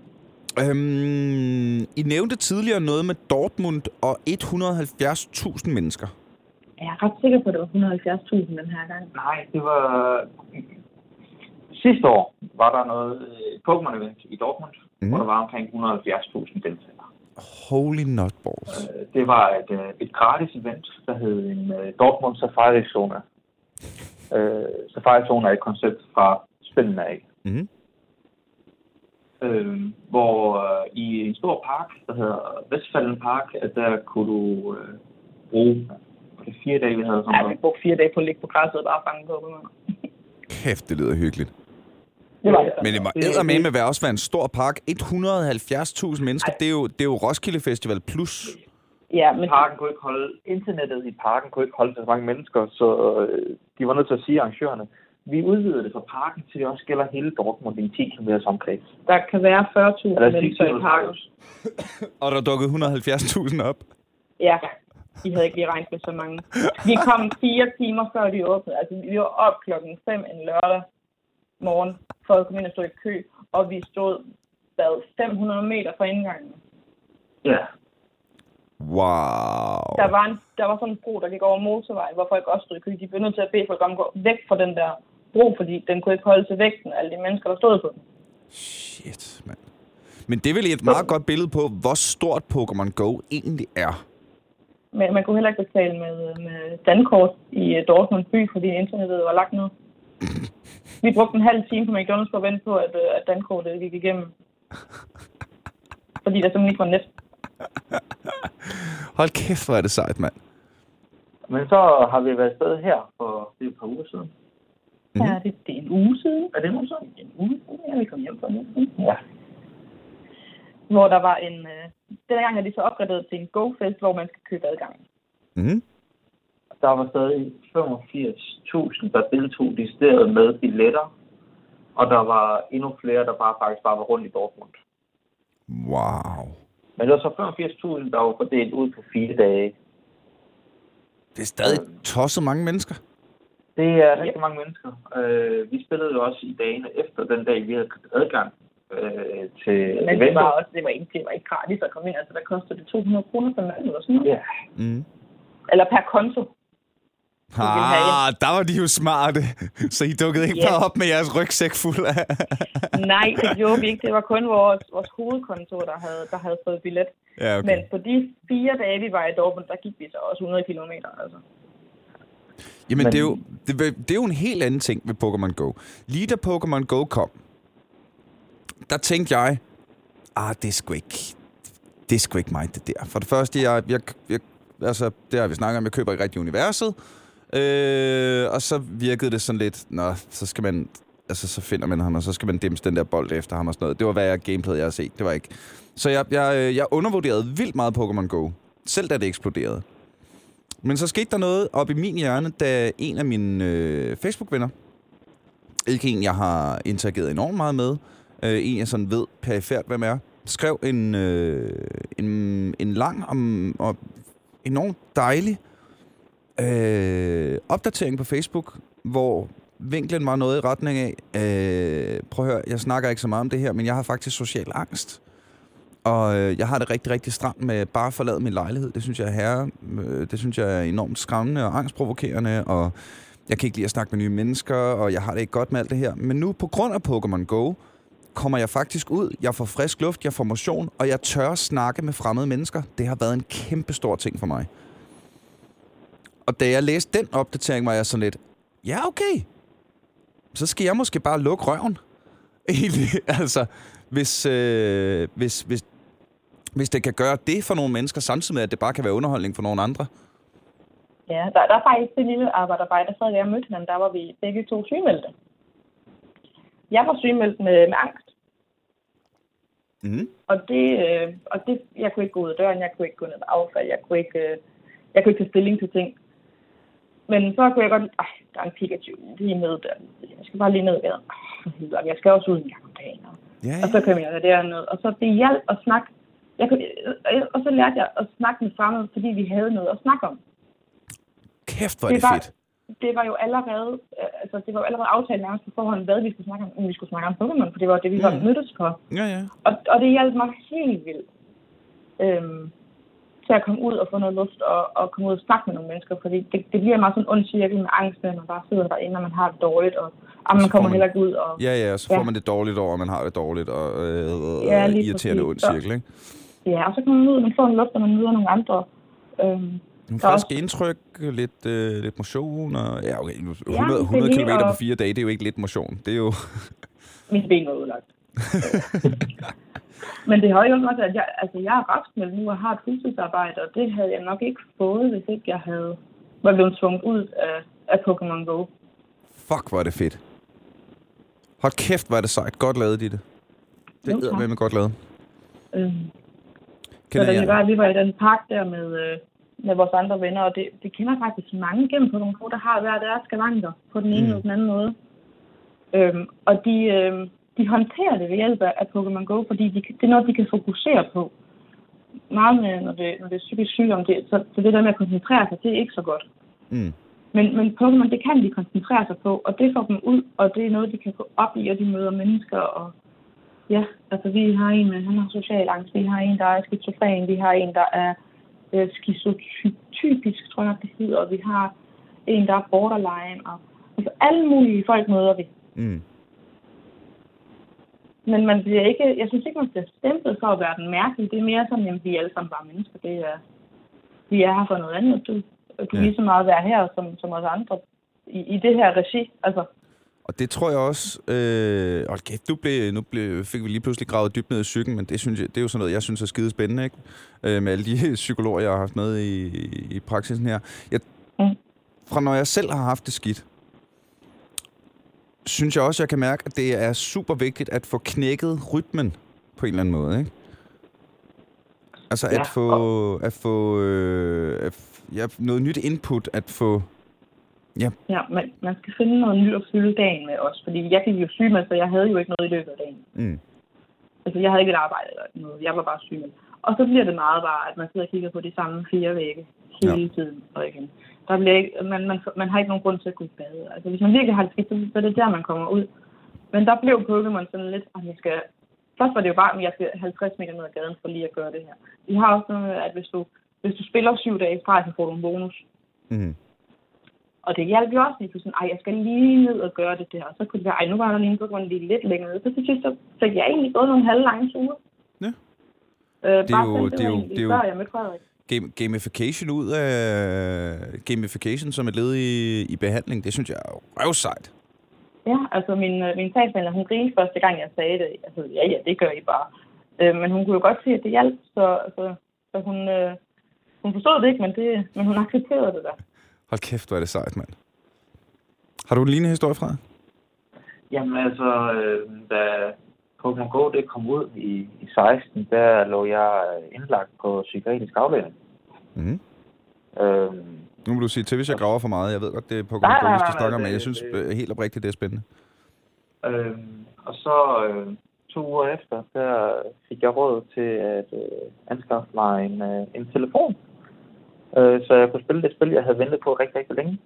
I nævnte tidligere noget med Dortmund og 170.000 mennesker. Jeg er ret sikker på, at det var 170.000 den her gang. Nej, det var... Sidste år var der noget Pokémon-event i Dortmund, hvor der var omkring 170.000 deltagere. Holy nutballs. Det var et gratis event, der hed en Dortmund Safari Zone. Safari Zone er et koncept fra spillene af. Hvor i en stor park, der hedder Westfalen Park, at der kunne du bruge 4 dage, vi havde sådan noget. Ja, vi brugte 4 dage på at ligge på græsset og bare fange Pokémon. Kæft, det lyder hyggeligt. Det var det. Men det må eddermame være en stor park. 170.000 mennesker, det er jo Roskilde Festival plus. Ja, men parken kunne ikke holde, internettet i parken kunne ikke holde så mange mennesker, så de var nødt til at sige arrangørerne, vi udvider det fra parken, til det også gælder hele Dortmund i 10 km omkreds. Der kan være 40.000 mennesker i parken. Og der dukkede 170.000 op? Ja, de havde ikke lige regnet med så mange. Vi kom 4 timer før de åbnede. Altså, vi var op 5:00 en lørdag morgen for at komme ind og stå i kø, og vi stod 500 meter fra indgangen. Ja. Wow. Der var sådan en bro, der gik over motorvejen, hvor folk også stod i kø. De blev nødt til at bede folk om at gå væk fra den der bro, fordi den kunne ikke holde til vægten af alle de mennesker, der stod på den. Shit, mand. Men det er vel et meget godt billede på, hvor stort Pokémon Go egentlig er. Men man kunne heller ikke betale med dankort i Dortmund by, fordi internettet var lagt ned. Vi brugte en halv time på McDonald's for at vente på, at dankortet gik igennem. Fordi der simpelthen ikke var net. Hold kæft, hvor er det sejt, mand. Men så har vi været afsted her for et par uger siden. Ja, det er en uge siden. Er det en uge siden? En uge siden, ja, vi kom hjem for nu. Ja. Hvor der var en... Denne gang er de så opgraderet til en Go-fest, hvor man skal købe adgang. Der var stadig 85.000, der deltog decideret med billetter. Og der var endnu flere, der faktisk bare var rundt i Dortmund. Wow. Men der var så 85.000, der var fordelt ud på 4 dage. Det er stadig tosset mange mennesker. Det er rigtig mange mennesker. Vi spillede jo også i dagene efter den dag, vi havde adgang til men det var ikke gratis at komme ind. Altså, der kostede det 200 kroner per mand eller sådan noget. Ja. Eller per konto. Der var de jo smarte. Så I dukkede ikke bare op med jeres rygsæk fuld af... Nej, det gjorde vi ikke. Det var kun vores hovedkontor, der havde fået billet. Ja, okay. Men på de 4 dage, vi var i Dortmund, der gik vi så også 100 kilometer. Altså. Jamen, det er jo en helt anden ting ved Pokémon Go. Lige da Pokémon Go kom, der tænkte jeg, det er sgu ikke mig, det der. For det første, jeg altså, det har vi snakket om, jeg køber ikke rigtig universet. Og så virkede det sådan lidt, så skal man, altså så finder man ham, og så skal man dimse den der bold efter ham og sådan noget. Det var, hvad gameplay jeg har set. Det var ikke. Så jeg undervurderede vildt meget Pokémon Go, selv da det eksploderede. Men så skete der noget op i min hjerne, da en af mine Facebook-venner, ikke en, jeg har interageret enormt meget med, en, jeg sådan ved perifært, hvem er, skrev en lang og enormt dejlig opdatering på Facebook, hvor vinklen var noget i retning af, prøv at høre, jeg snakker ikke så meget om det her, men jeg har faktisk social angst. Og jeg har det rigtig, rigtig stramt med bare at forlade min lejlighed. Det synes jeg er enormt skræmmende og angstprovokerende, og jeg kan ikke lide at snakke med nye mennesker, og jeg har det ikke godt med alt det her. Men nu, på grund af Pokémon Go, kommer jeg faktisk ud, jeg får frisk luft, jeg får motion, og jeg tør snakke med fremmede mennesker. Det har været en kæmpe stor ting for mig. Og da jeg læste den opdatering, var jeg sådan lidt, ja okay, så skal jeg måske bare lukke røven. Egentlig, altså, hvis det kan gøre det for nogle mennesker, samtidig med, at det bare kan være underholdning for nogle andre. Ja, der er faktisk det lille arbejderarbejde, der sad jeg mødte ham, der var vi begge 2 sygemeldte. Jeg var sygemeldt med angst. Mm-hmm. Og det, jeg kunne ikke gå ud af døren, jeg kunne ikke gå ned med affald, jeg kunne ikke tage stilling til ting. Men så kunne jeg godt, der er en Pikachu lige nede der. Jeg skal bare lige ned der. Jeg skal også ud en gang om dagen. Og så kom jeg derned. Og så det hjalp at snakke. Og så lærte jeg at snakke med fremmede, fordi vi havde noget at snakke om. Kæft, hvor er det fedt. Det var jo allerede, aftalt nærmest på forhånd, hvad vi skulle snakke om. Vi skulle snakke om Pokémon, for det var det, vi var mødtes på. Ja. Og det hjalp mig helt vildt til at komme ud og få noget luft og komme ud og snakke med nogle mennesker. Fordi det bliver meget sådan en ond cirkel med angst, når man bare sidder derinde, og man har det dårligt, og man kommer heller ikke ud. Og, så får man det dårligt over, og man har det dårligt, og irriterende ond cirkel, ikke? Ja, og så kommer man ud, og man får en luft, og man møder nogle andre. Nogle friske indtryk, lidt motion, og 100 kilometer på 4 dage, det er jo ikke lidt motion. Det er jo... Mit ben var udlagt. Men det har jo også, at jeg er raskmeldt nu og har et fuldtidsarbejde, og det havde jeg nok ikke fået, hvis ikke jeg var blevet tvunget ud af Pokémon Go. Fuck, hvor er det fedt. Hold kæft, hvor er det sejt. Godt lavet, Ditte. Det er med godt lavet. Vi var i den park der med vores andre venner, og det kender faktisk mange gennem Pokémon Go, der har hver deres skavanker på den ene eller den anden måde. Og de håndterer det ved hjælp af Pokémon Go, fordi det er noget, de kan fokusere på. Meget med, når det er psykisk sygdom, så det der med at koncentrere sig, det er ikke så godt. Mm. Men Pokémon, det kan de koncentrere sig på, og det får dem ud, og det er noget, de kan gå op i, og de møder mennesker. Og ja, altså vi har en, han har social angst, vi har en, der er skizofren, vi har en, der er skizotypisk, tror jeg, det hedder, og vi har en, der er borderline, og altså alle mulige folk møder vi. Mm. Men man bliver ikke, jeg synes ikke, man bliver stemplet for at være den mærkelige. Det er mere sådan, at vi er alle sammen bare mennesker. Vi er her for noget andet. Du er lige så meget være her som os andre i det her regi. Altså. Og det tror jeg også... fik vi lige pludselig gravet dybt ned i psyken, men det er jo sådan noget, jeg synes er skide spændende, ikke? Med alle de psykologer, jeg har haft med i praksisen her. Fra når jeg selv har haft det skidt, synes jeg også, jeg kan mærke, at det er super vigtigt at få knækket rytmen på en eller anden måde, ikke? Altså at få noget nyt input, at få... Ja. Ja, man skal finde noget nyt at fylde dagen med også, fordi jeg gik jo sygemeldt, så jeg havde jo ikke noget i løbet af dagen. Mm. Altså, jeg havde ikke et arbejde eller noget. Jeg var bare sygemeldt. Og så bliver det meget bare, at man sidder og kigger på de samme 4 vægge hele tiden og igen. Der bliver ikke, man har ikke nogen grund til at gå i bad. Altså, hvis man virkelig har det skidt, så er det der, man kommer ud. Men der blev Pokémon sådan lidt, først var det jo bare, at jeg skal 50 meter ned ad gaden for lige at gøre det her. Vi har også noget, at hvis hvis du spiller 7 dage fra, så får du en bonus. Mm. Og det hjalp jo også lige sådan, jeg skal lige ned og gøre det der. Og så kunne det være, nu var der lige en Pokémon lige lidt længere ned. Så til sidst, så fik jeg egentlig gået nogle halvlange ture. Ja. Det er jo før jeg mødte Frederik. Gamification som et led i behandling, det synes jeg er røvsejt. Ja, altså min sagsbehandler, hun grinede første gang, jeg sagde det. Altså, ja, det gør I bare. Men hun kunne jo godt se, at det hjalp, så hun forstod det ikke, men hun accepterede det der. Hold kæft, hvor er det sejt, mand. Har du en lignende historie fra? Jamen altså, da Pokémon Go det kom ud i 16, der lå jeg indlagt på psykiatrisk afdeling. Mm. Nu må du sige til, hvis jeg graver for meget. Jeg ved godt, det er Pokémon Go, vi skal snakke om, men jeg synes helt oprigtigt, det er spændende. Og så 2 uger efter, der fik jeg råd til at anskaffe mig en telefon. Så jeg kunne spille det spil, jeg havde ventet på rigtig, rigtig længe.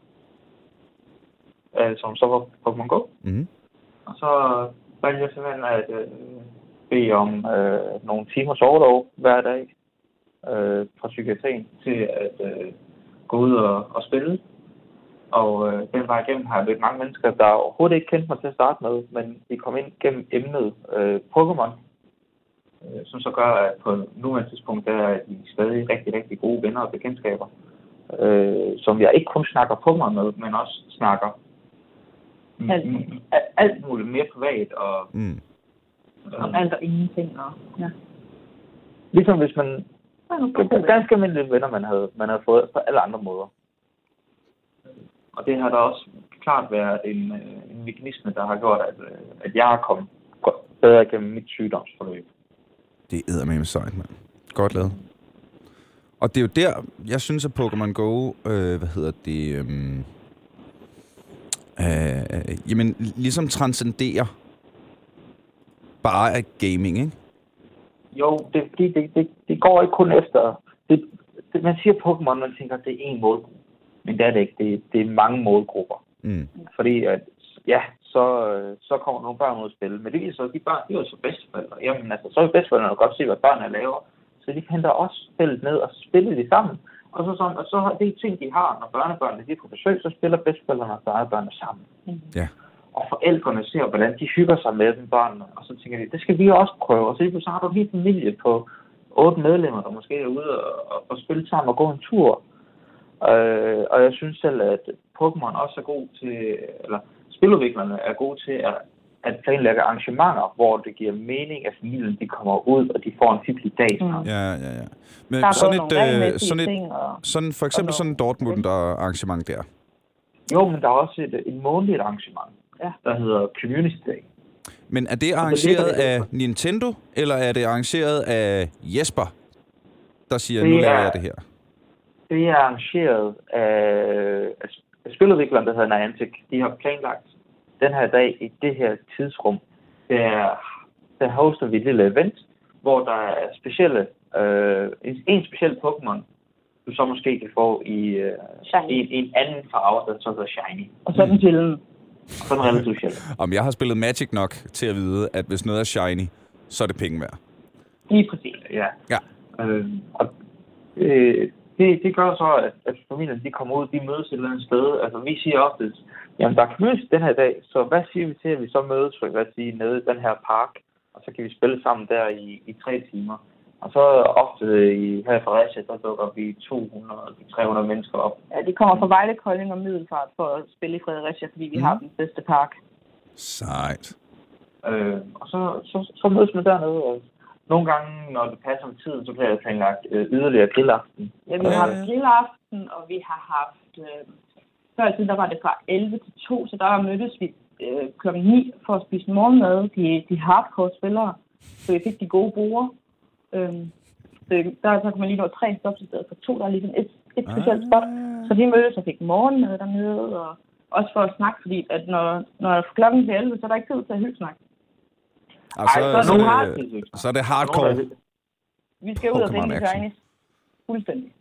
Som så var Pokémon Go. Mm. Og så valgte jeg simpelthen at bede om nogle timers overlov hver dag fra psykiatrien til at gå ud og spille. Og den vej igennem har jeg mødt mange mennesker, der overhovedet ikke kendte mig til at starte med, men de kom ind gennem emnet Pokémon, som så gør, at på nuværende tidspunkt der er de stadig rigtig, rigtig gode venner og bekendtskaber, som jeg ikke kun snakker Pokémon med, men også snakker alt muligt mere privat og alt og ingenting. Og, ja. Ligesom hvis man ganske almindelige venner, man havde fået på alle andre måder. Og det har da også klart været en mekanisme, der har gjort, at jeg har kommet bedre gennem mit sygdomsforløb. Det er eddermame sejt, mand. Godt lavet. Og det er jo der, jeg synes, at Pokémon Go, jamen, ligesom transcenderer bare af gaming, ikke? Jo, det går ikke kun efter... man siger Pokémon, man tænker, at det er én målgruppe. Men det er det ikke. Det er mange målgrupper. Mm. Fordi at, ja, så kommer nogle børn ud at spille. Men det viser så, at de børn, de er jo så bedsteforældre. Jamen altså, så er bedsteforældrene godt se, hvad børnene laver. Så de henter også spillet ned og spiller det sammen. Og så har det ting, de har, når børnebørnene de er på besøg, så spiller bedsteforældrene og børnebørnene sammen. Mm. Ja. Og forældrene ser, hvordan de hygger sig med dem børnene. Og så tænker de, det skal vi også prøve. Og så har du en hel familie på 8 medlemmer, der måske er ude og spille sammen og gå en tur. Og jeg synes selv, at Pokémon også er god til, eller spiludviklerne er gode til at planlægge arrangementer, hvor det giver mening, at familien de kommer ud, og de får en hyggelig dag. Ja. Men sådan for eksempel sådan et Dortmund-arrangement der. Jo, men der er også et månedligt arrangement, der hedder Community Day. Men er det arrangeret af Nintendo, eller er det arrangeret af Jesper, der siger, nu laver jeg det her? Det er arrangeret af spiludvikleren, der hedder Niantic. De har planlagt den her dag i det her tidsrum. Der hoster vi et lille event, hvor der er specielle, en speciel Pokémon, du så måske kan få i en anden farve, der så hedder Shiny. Og så den sjældent. Og så den relativt sjældent. Om jeg har spillet Magic nok til at vide, at hvis noget er Shiny, så er det penge værd. Lige præcis. Ja. Og det gør så, at familien de kommer ud, de mødes et eller andet sted. Altså vi siger ofte, jamen der er community den her dag, så hvad siger vi til, at vi så mødes, nede i den her park, og så kan vi spille sammen der i 3 timer. Og så ofte her i Fredericia, så dukker vi 200-300 mennesker op. Ja, de kommer fra Vejle, Kolding og Middelfart for at spille i Fredericia, fordi vi har den bedste park. Sejt. Og så mødes man dernede, og nogle gange, når det passer med tiden, så bliver det planlagt yderligere grillaften. Ja, vi har haft grillaften, og vi har haft... før i tiden, der var det fra 11 til 2, så der mødtes vi klokken 9 for at spise morgenmad. De hardcore spillere, så vi fik de gode borde. Så kan man lige nå 3 stops i stedet for 2. Der er ligesom et specielt spot. Så de mødtes og fik morgenmad dernede, og også for at snakke, fordi at når klokken bliver 11, så er der ikke tid til at hyggesnak. Så er det hardcore. Vi skal ud og finde Chinese. Fuldstændig.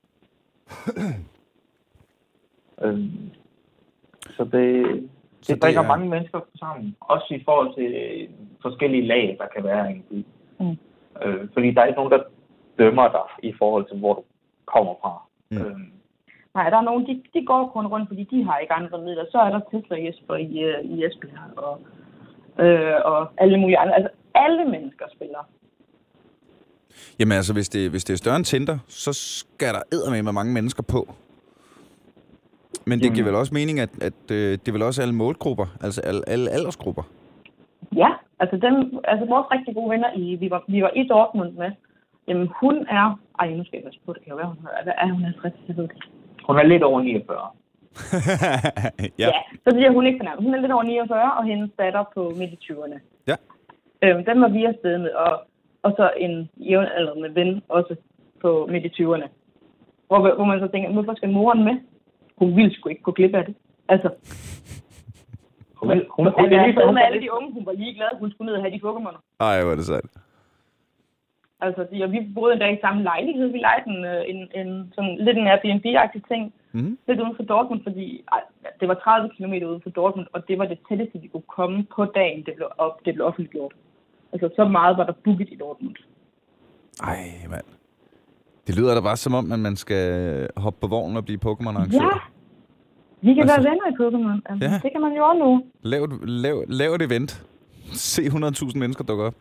Så det bringer mange mennesker sammen. Også i forhold til forskellige lag, der kan være i en by. Fordi der er ikke nogen, der dømmer dig i forhold til, hvor du kommer fra. Nej, der er nogen, de går kun rundt, fordi de har ikke andre midler. Så er der Tesla Jesper i Esbjerg og alle mulige andre. Altså, alle mennesker spiller. Jamen altså, hvis det er større end Tinder, så skal der eddermame mange mennesker på. Men det giver vel også mening, at det er vel også alle målgrupper, altså alle aldersgrupper. Ja, altså vores rigtig gode venner, vi var i Dortmund med, jamen hun er... Ej, nu skal jeg passe på, det kan jo være, hun er 60, jeg ved det. Hun er lidt over 49. Ja, så bliver hun ikke fornærmet. Hun er lidt over 49, og hendes datter på midt i 20'erne. Ja. Den var vi afsted med, og så en jævnaldrende ven også på midt i 20'erne. Hvor man så tænker, hvorfor skal moren med? Hun ville sgu ikke gå glip af det. Altså... Hun var med alle de unge, hun var ligeglad, hun skulle ned og have de Pokémoner. Ej, hvor er det sejt. Altså, vi boede en dag i samme lejlighed. Vi lejede en sådan lidt en Airbnb-agtig ting. Lidt uden for Dortmund, fordi det var 30 km ude for Dortmund, og det var det tætteste, vi kunne komme på dagen, det blev offentliggjort. Altså, så meget var der booket i Dortmund. Ej, mand. Det lyder da bare som om, at man skal hoppe på vognen og blive Pokémon-arrangør. Ja, vi kan være venner i Pokémon. Altså, ja. Det kan man jo også nu. Lav et event. Se 100.000 mennesker dukke op.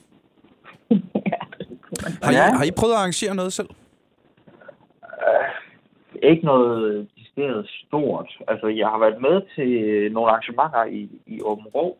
Har I prøvet at arrangere noget selv? Ikke noget decideret stort. Altså, jeg har været med til nogle arrangementer i Åben Rå,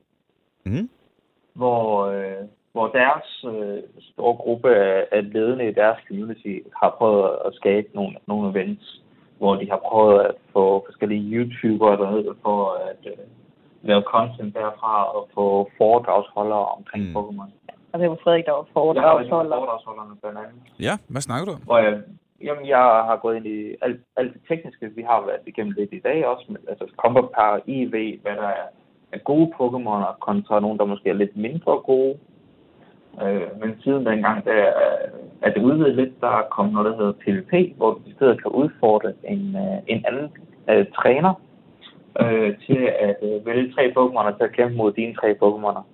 hvor deres store gruppe af ledende i deres community har prøvet at skabe nogle events, hvor de har prøvet at få forskellige YouTubere dernede for at lave content derfra og få foredragsholdere omkring Pokémon. Og det var Frederik, der var foredragsholder. Foredragsholderne blandt andet. Ja, hvad snakker du om? Hvor jeg har gået ind i alt det tekniske. Vi har været igennem lidt i dag også. Men, altså, kommer per IV, hvad der er gode Pokémoner, kontra nogen, der måske er lidt mindre gode. Men siden dengang, der er det udvidet lidt. Der er kommet noget, der hedder PvP, hvor du i stedet kan udfordre en anden træner til at vælge 3 Pokémoner til at kæmpe mod dine 3 Pokémoner.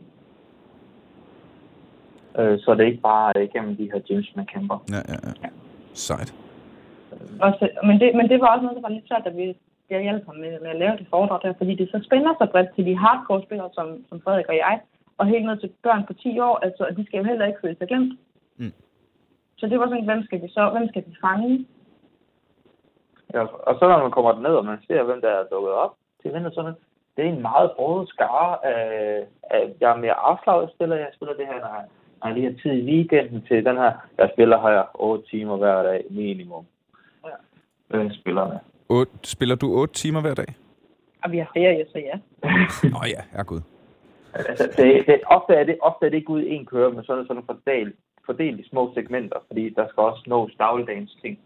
Så det er ikke bare igennem de her gyms, man kæmper. Ja. Sejt. Men det var også noget, der var lidt svært, at jeg hjalp ham med at lave det foredrag der, fordi det så spænder sig bredt til de hardcore-spillere, som Frederik og jeg, og helt ned til børn på 10 år, altså, og de skal jo heller ikke føle sig glemt. Så det var sådan, hvem skal vi fange? Ja, og så når man kommer derned, og man ser, hvem der er dukket op til vinter, sådan det er en meget broget skare af jeg er mere afslaget spiller. Jeg spiller det her, når jeg lige har tid i weekenden til den her. Jeg spiller her 8 timer hver dag minimum. Ja. Spillerne. Spiller du 8 timer hver dag? Og vi har ferie, så ja. Nå ja, herregud. Altså, ofte er det ikke ud i en køre, men sådan fordelt i små segmenter, fordi der skal også nås dagligdagens ting.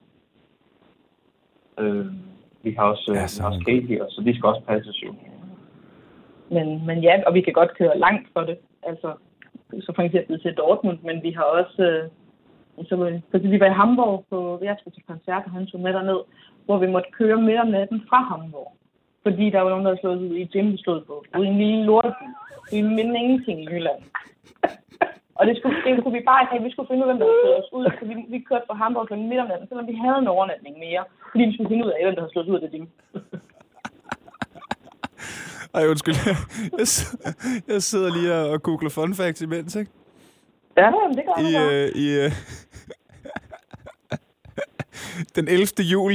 Vi har også Katie, så de skal også passes jo. Men ja, og vi kan godt køre langt for det. Altså, så for eksempel til Dortmund, men vi har også... fordi vi var i Hamburg på Værtsby til koncert, og han tog med derned, hvor vi måtte køre midt om natten fra Hamburg. Fordi der var nogen, der havde slået ud i gym, vi stod på. Ude i en lille lorteby. Vi mindte ingenting i Jylland. Og det kunne vi bare ikke have. Vi skulle finde ud af, hvem der havde slået os ud. Så vi kørte fra Hamburg kl. midt om natten, selvom vi havde en overnatning mere. Fordi vi skulle finde ud af, hvem der havde slået ud af det gym. Ej, undskyld. Jeg sidder lige og googler fun facts imens, ikke? Ja, det gør jeg. Den 11. juli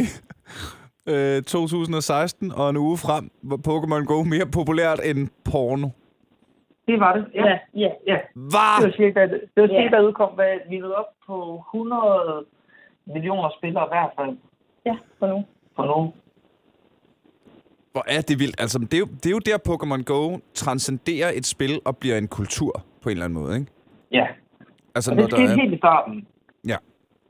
2016, og en uge frem, var Pokémon Go mere populært end porno. Det var det, ja. Hvad? Det var cirka, der udkom, hvad vi nåede op på 100 millioner spillere i hvert fald. Ja, for nu. Hvor er det vildt. Altså, det er jo der, Pokémon Go transcenderer et spil og bliver en kultur på en eller anden måde, ikke? Ja. Altså, og det skete helt i starten. Ja.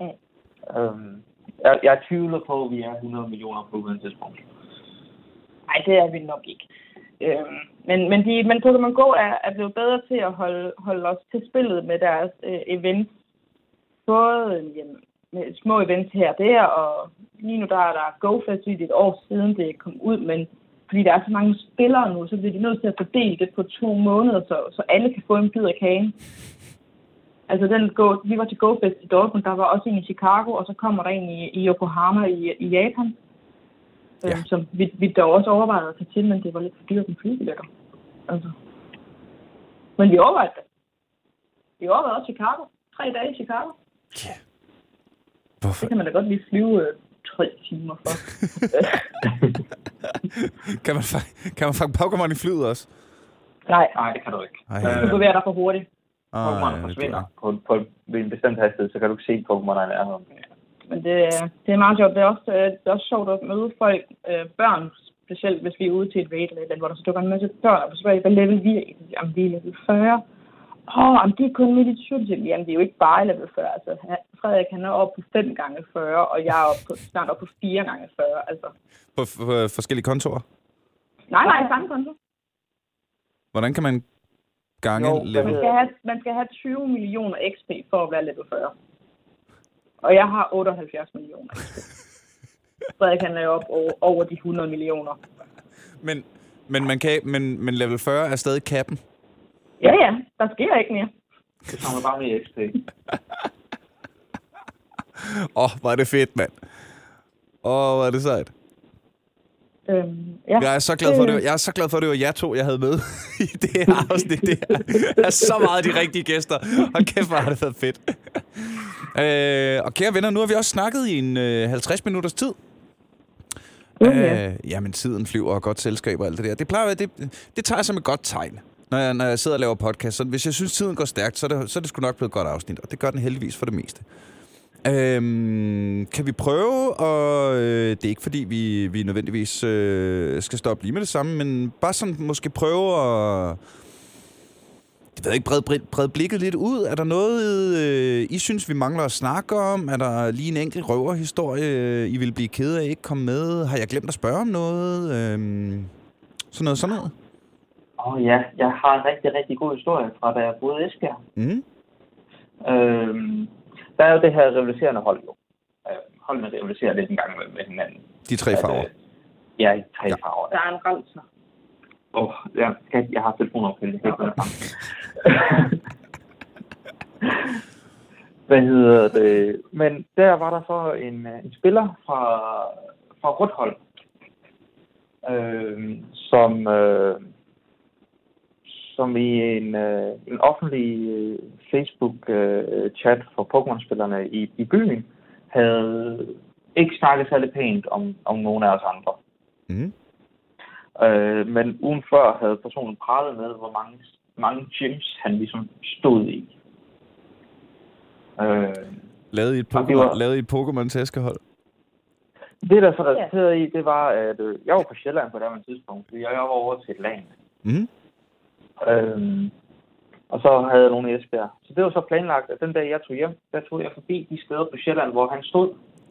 Jeg tvivler på, at vi er 100 millioner på et tidspunkt. Nej, det er vi nok ikke. Men Pokémon Go er blevet bedre til at holde os til spillet med deres events. Både med små events her og der, og lige nu der er der Go-Fest et år siden det kom ud, men fordi der er så mange spillere nu, så bliver de nødt til at fordele det på 2 måneder, så alle kan få en bid af kagen. Altså, vi var til GoFest i Dortmund, der var også en i Chicago, og så kommer der en i Yokohama i Japan. Ja. Som vi dog også overvejede at tage til, men det var lidt for dyrt med flybilletter. Altså. Men vi overvejede det. Vi overvejede også Chicago. 3 dage i Chicago. Ja. Hvorfor? Det kan man da godt lige flyve 3 timer for. kan man fange Pokémon i flyet også? Nej, det kan du ikke. du bevæger dig for hurtigt. Pokémon forsvinder på en bestemt hastighed, så kan du ikke se Pokémon i nærheden. Men det er meget sjovt. Det er også sjovt at møde folk, børn, specielt hvis vi er ude til et raid eller et eller andet, hvor der så dukker en masse børn, og så spørger hvad level vi er i. Jamen, vi er level 40. Det er kun midt i 20. Jamen, det er jo ikke bare level 40. Altså, Frederik, han er oppe på 5 gange 40, og jeg er snart oppe på 4 gange 40. Altså. På forskellige kontorer? Nej, samme konto. Hvordan kan man gange level? Man skal have 20 millioner XP for at være level 40. Og jeg har 78 millioner XP. Frederik, han er oppe over de 100 millioner. Men level 40 er stadig kappen? Ja, der sker ikke mere. Det kommer bare med XP. Hvor er det fedt, mand. hvor er det sejt. Ja. Jeg er så glad for det. Jeg er så glad for, at det var jer to, jeg havde med i det her afsnit. Det er så meget de rigtige gæster. Og kæft, hvor har det været fedt. Og kære venner, nu har vi også snakket i en 50 minutters tid. Jamen, tiden flyver og godt selskab og alt det der. Det plejer at være, det tager jeg som et godt tegn, når jeg sidder og laver podcast. Så hvis jeg synes, tiden går stærkt, så er det sgu nok blevet et godt afsnit. Og det gør den heldigvis for det meste. Kan vi prøve, og det er ikke fordi, vi nødvendigvis skal stoppe lige med det samme, men bare sådan måske prøve at brede blikket lidt ud. Er der noget, I synes, vi mangler at snakke om? Er der lige en enkelt røverhistorie, I vil blive ked af ikke komme med? Har jeg glemt at spørge om noget? Sådan noget? Ja, jeg har en rigtig, rigtig god historie fra, da jeg boede i Esbjerg. Mm. Der er jo det her rivaliserende hold jo. Holdene rivaliserer lidt en gang med hinanden. De 3 farver. Ja, de 3 farver. Der er en rensner. Jeg har telefonopkald. Hvad hedder det? Men der var der så en spiller fra rødt hold, som i en offentlig Facebook-chat for Pokémon-spillerne i byen havde ikke snakket særlig pænt om nogen af os andre. Mm. Men ugen før havde personen pralet med, hvor mange gyms han ligesom stod i. Lavet i et Pokémon-tæskehold? Det, der så resulterede i, det var, at jeg var på Sjælland på det her tidspunkt, fordi jeg var over til et land. Mm. Og så havde jeg nogen i Esbjerg. Så det var så planlagt, at den dag jeg tog hjem, der tog jeg forbi de steder på Sjælland, hvor han stod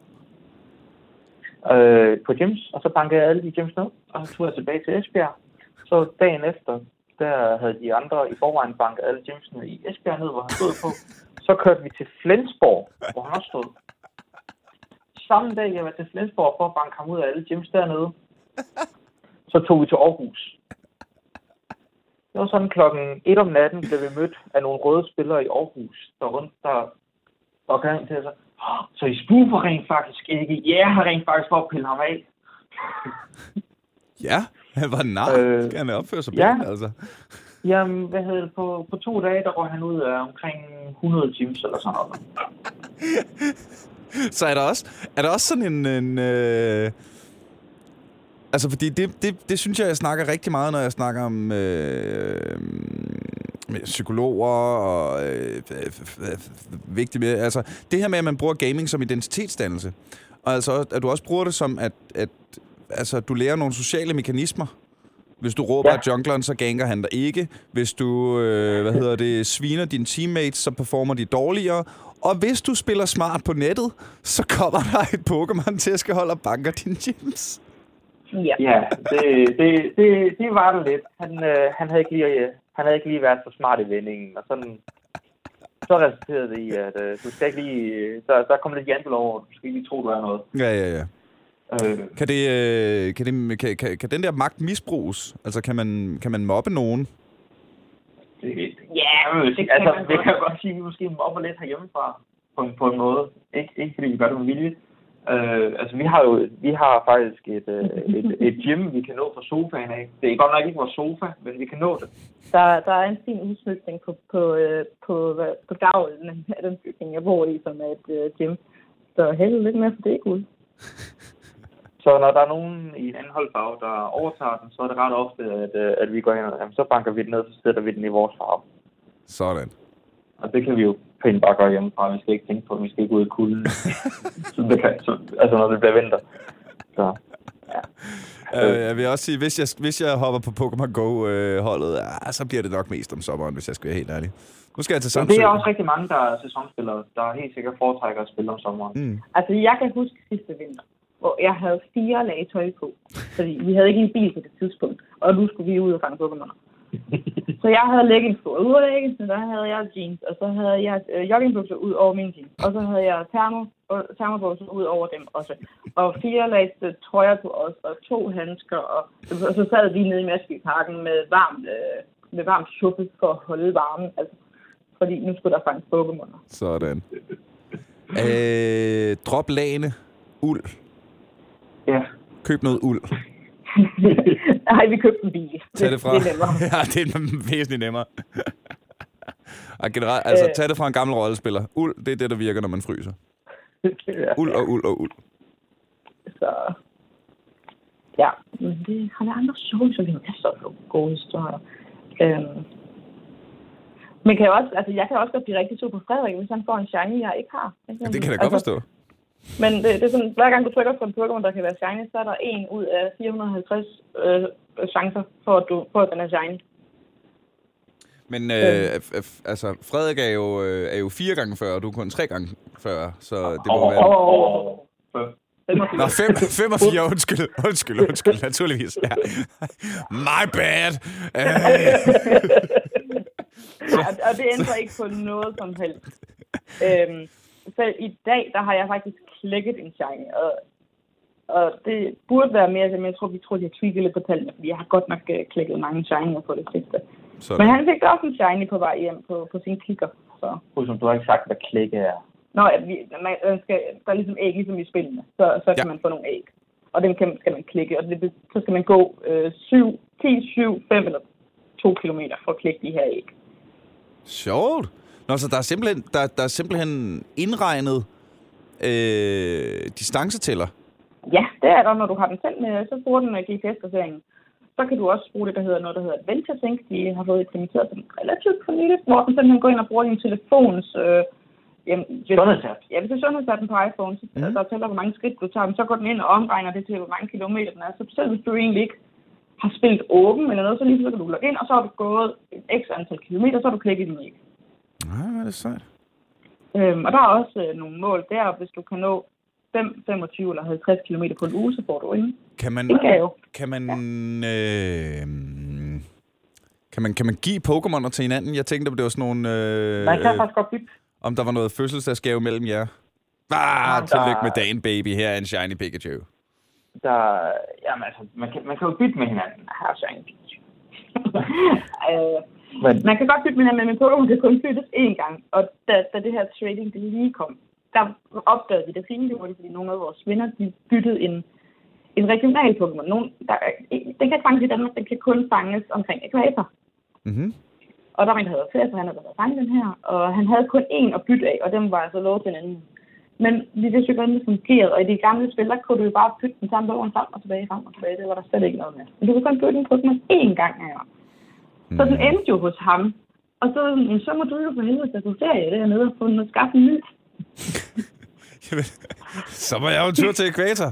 på gyms, og så bankede jeg alle de gyms ned, og så tog jeg tilbage til Esbjerg. Så dagen efter, der havde de andre i forvejen banket alle gymsene i Esbjerg ned, hvor han stod på. Så kørte vi til Flensborg, hvor han også stod. Samme dag, jeg var til Flensborg for at banke ham ud af alle gyms dernede. Så tog vi til Aarhus. Det var sådan 1:00 om natten, da vi mødte af nogle røde spillere i Aarhus, der gav ind til sig. Så I spoofer rent faktisk ikke? Ja, jeg har rent faktisk for at pille ham af. Ja, han var nar. Skal han opføre sig pænt, altså? Jamen, på 2 dage, der røg han ud af omkring 100 gyms eller sådan noget. Så er der også sådan en altså, fordi det synes jeg snakker rigtig meget, når jeg snakker om med psykologer og vigtigt med, altså det her med, at man bruger gaming som identitetsdannelse. Og altså, at du også bruger det som, at altså, du lærer nogle sociale mekanismer. Hvis du råber af jungleren, så ganker han dig ikke. Hvis du, sviner dine teammates, så performer de dårligere. Og hvis du spiller smart på nettet, så kommer der et Pokémon til at skal holde og banker dine gyms. Ja, det var det lidt. Han havde ikke lige været så smart i vendingen, og sådan. Så resulterede det i, at du skal ikke lige. Der kom lidt jantel over, du skal ikke lige tro, du er noget. Ja. Kan den der magt misbruges? Altså, kan man mobbe nogen? vi kan jo godt sige, at vi måske mobber lidt herhjemmefra på en måde. Ikke fordi vi gør det med vilje. Vi har faktisk et gym, vi kan nå fra sofaen af. Det er godt nok ikke vores sofa, men vi kan nå det. Der er en fin udsmykning på gavlen af den bygning, jeg bor i, som er et gym. Så hælder lidt mere for det, Gud. Så når der er nogen i en anden holdfarve, der overtager den, så er det ret ofte, at vi går hen og så banker vi den ned, så sætter vi den i vores farve. Sådan. Og det kan vi jo pænt bare gøre hjemmefra. Vi skal ikke tænke på, at vi skal ikke ud i kulden. Når det bliver vinter. Så, ja. Jeg vil også sige, hvis jeg hopper på Pokémon Go-holdet, så bliver det nok mest om sommeren, hvis jeg skal være helt ærlig. Nu skal jeg til Samsø. Det er også rigtig mange, der er sæsonspillere, der helt sikkert foretrækker at spille om sommeren. Altså, jeg kan huske sidste vinter, hvor jeg havde 4 lag tøj på. Fordi vi havde ikke en bil på det tidspunkt, og nu skulle vi ud og fange Pokémoner. Så jeg havde leggings på ud af leggings, der havde jeg jeans, og så havde jeg joggingbukser ud over mine jeans. Og så havde jeg termobukser ud over dem også. Og 4 lag trøjer på os, og 2 handsker, og så sad vi nede i Masbyparken med varmt suppe for at holde varmen. Altså, fordi nu skulle der fanges Pokémoner. Sådan. Drop lagene. Uld. Ja. Køb noget uld. Nej, vi købte en bil. Tag det fra. Det er nemmere. Ja, det er væsentligt nemmere. Og generelt, altså, tag det fra en gammel rollespiller. Uld, det er det, der virker, når man fryser. Uld og uld og uld. Så... Ja, men det har der andre sjove, så vi har masser af gode historier. Men kan jeg også, altså jeg kan også godt blive rigtig sur på Frederik, hvis han får en shiny, jeg ikke har. Ja, det kan jeg da godt forstå. Men det er sådan, hver gang du trykker på en Pokémon, der kan være shiny, så er der 1 ud af 450 chancer for at den er shiny. Men altså, Frederik er jo 4 gange 40, og du er kun 3 gange 40, så det må være... Nå, 5 og 4, undskyld, naturligvis. Ja. My bad! Og det ændrer ikke på noget som helst. Selv i dag, der har jeg faktisk klækket en shiny, og det burde være mere, men jeg tror, de har tweaket lidt på tallene, fordi jeg har godt nok klækket mange shinier på det sidste. Sådan. Men han fik da også en shiny på vej hjem på sin klikker. Så. Som du har ikke sagt, hvad klække er. Nå, der er ligesom æg, ligesom i spillene, så kan man få nogle æg. Og dem skal man klikke, og så skal man gå 10, 7, 5 eller 2 kilometer for at klikke de her æg. Sjovt! Nå, så der er simpelthen indregnet distancetæller? Ja, det er der, når du har den selv med, så bruger den GPS-baseringen. Så kan du også bruge det, der hedder noget, der hedder Adventure Sync. De har fået implementeret den relativt for nyligt, hvor den simpelthen går ind og bruger din telefons... sundhedsapp. Ja, hvis det er sundhedsappen på iPhone, så der tæller, hvor mange skridt du tager, så går den ind og omregner det til, hvor mange kilometer den er. Så selv hvis du egentlig ikke har spillet åben eller noget, så lige så kan du logge ind, og så har du gået et ekstra antal kilometer, så har du klikket din æg. Nej, hvad er det sejt. Og der er også nogle mål der, og hvis du kan nå 5, 25 eller 50 kilometer på en uge, så får du en gave. Kan man give Pokémoner til hinanden? Jeg tænkte, det var sådan nogle... Man kan faktisk godt bytte. Om der var noget fødselsdagsgave mellem jer. Tillykke med dagen, baby. Her er en shiny Pikachu. Jamen altså, man kan jo bytte med hinanden. Her er shiny Pikachu. Man kan godt bytte med hinanden, men Pokémon kan kun byttes én gang. Og da det her trading det lige kom, der opdagede vi det rimelig hurtigt, fordi nogle af vores venner, de byttede en regional Pokémon. Den kan fanges i Danmark, den kan kun fanges omkring ekvator. Mhm. Og der var en, der havde ferie, så han havde været fanget den her. Og han havde kun én at bytte af, og den var altså lov til en anden. Men vi vidste jo, hvordan det fungerede. Og i de gamle spil, der kunne du jo bare bytte den samme Pokémon frem og tilbage. Det var der slet ikke noget med. Men du kunne kun bytte en Pokémon én gang her. Så den endte jo hos ham. Og så må du jo for helvede tage på ferie dernede og få den og skaffe en ny. Så var jeg jo en tur til ekvator.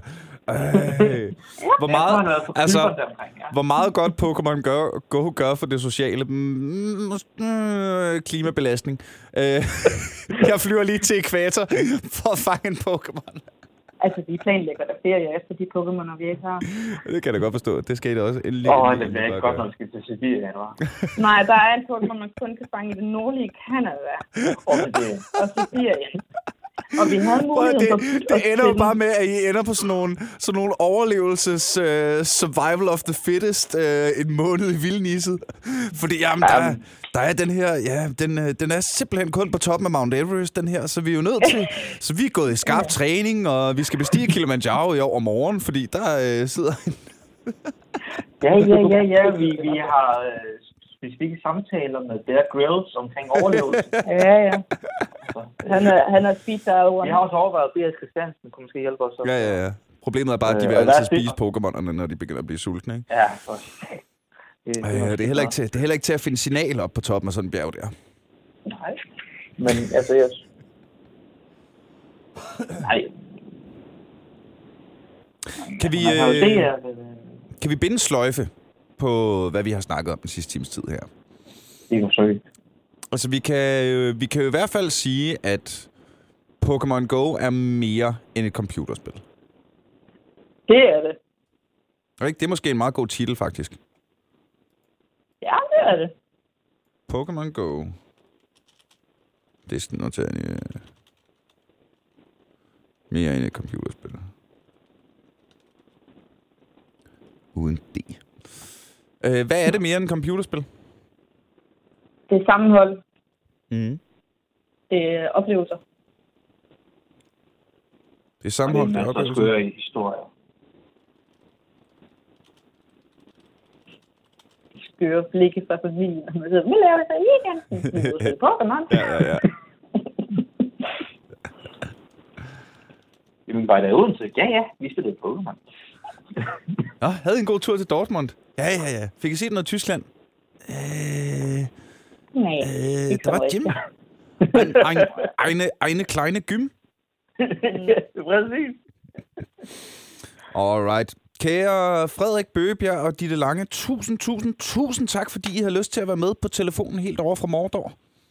Hvor meget godt Pokémon Go gør for det sociale klimabelastning. Jeg flyver lige til ekvator for at fange en Pokémon. Altså, vi planlægger der ferie efter de Pokémoner, vi ikke har. Det kan jeg da godt forstå. Det skal I da også. Det bliver ikke godt, når vi skal til Sibirien, hva'? Nej, der er en Pokémon, man kun kan fange i det nordlige Canada og Sibirien. Og vi havde muligheden for det ender jo bare med, at I ender på sådan nogle overlevelses survival of the fittest en måned i vildnisset. Fordi jamen, der er den her, den er simpelthen kun på toppen af Mount Everest, den her, så vi er jo nødt til, så vi er gået i skarp træning, og vi skal bestige Kilimanjaro i år om morgenen, fordi der sidder Ja. Vi har specifikke samtaler med Bear Grylls omkring overlevelse. Ja. Han er speed over. Vi har også overvejet, at B.S. Christiansen kunne måske hjælpe os. Ja. Problemet er bare, at de vil altid spise Pokémonerne, når de begynder at blive sultne, ikke? Ja, for det er heller ikke til at finde signal op på toppen af sådan en bjerg der. Nej. Men altså, nej. Kan vi binde sløjfe på, hvad vi har snakket om den sidste times tid her? Det er forsøg. Altså, vi kan jo i hvert fald sige, at Pokémon Go er mere end et computerspil. Det er det. Det er måske en meget god titel, faktisk. Ja, det er det. Pokémon Go. Det er sådan noget til mere end et computerspil. Uden det. Hvad er det mere end computerspil? Det er sammenhold. Mm. Det er oplevelser. Det er sammenhold, det er oplevelser. Og det er i historier. Skøre blikke fra familien. Og man siger, vi laver det så igen. Vi er Pokémon. Ja. Jamen, var det Odense? Ja, vi spillede Pokémon. Nå, havde en god tur til Dortmund? Ja. Fik I set noget i Tyskland? Nej, der var gym. Eine kleine gym. Ja, præcis. Alright. Kære Frederik Bøgebjerg og Ditte Lange, tusind tak, fordi I har lyst til at være med på telefonen helt over fra Mordor.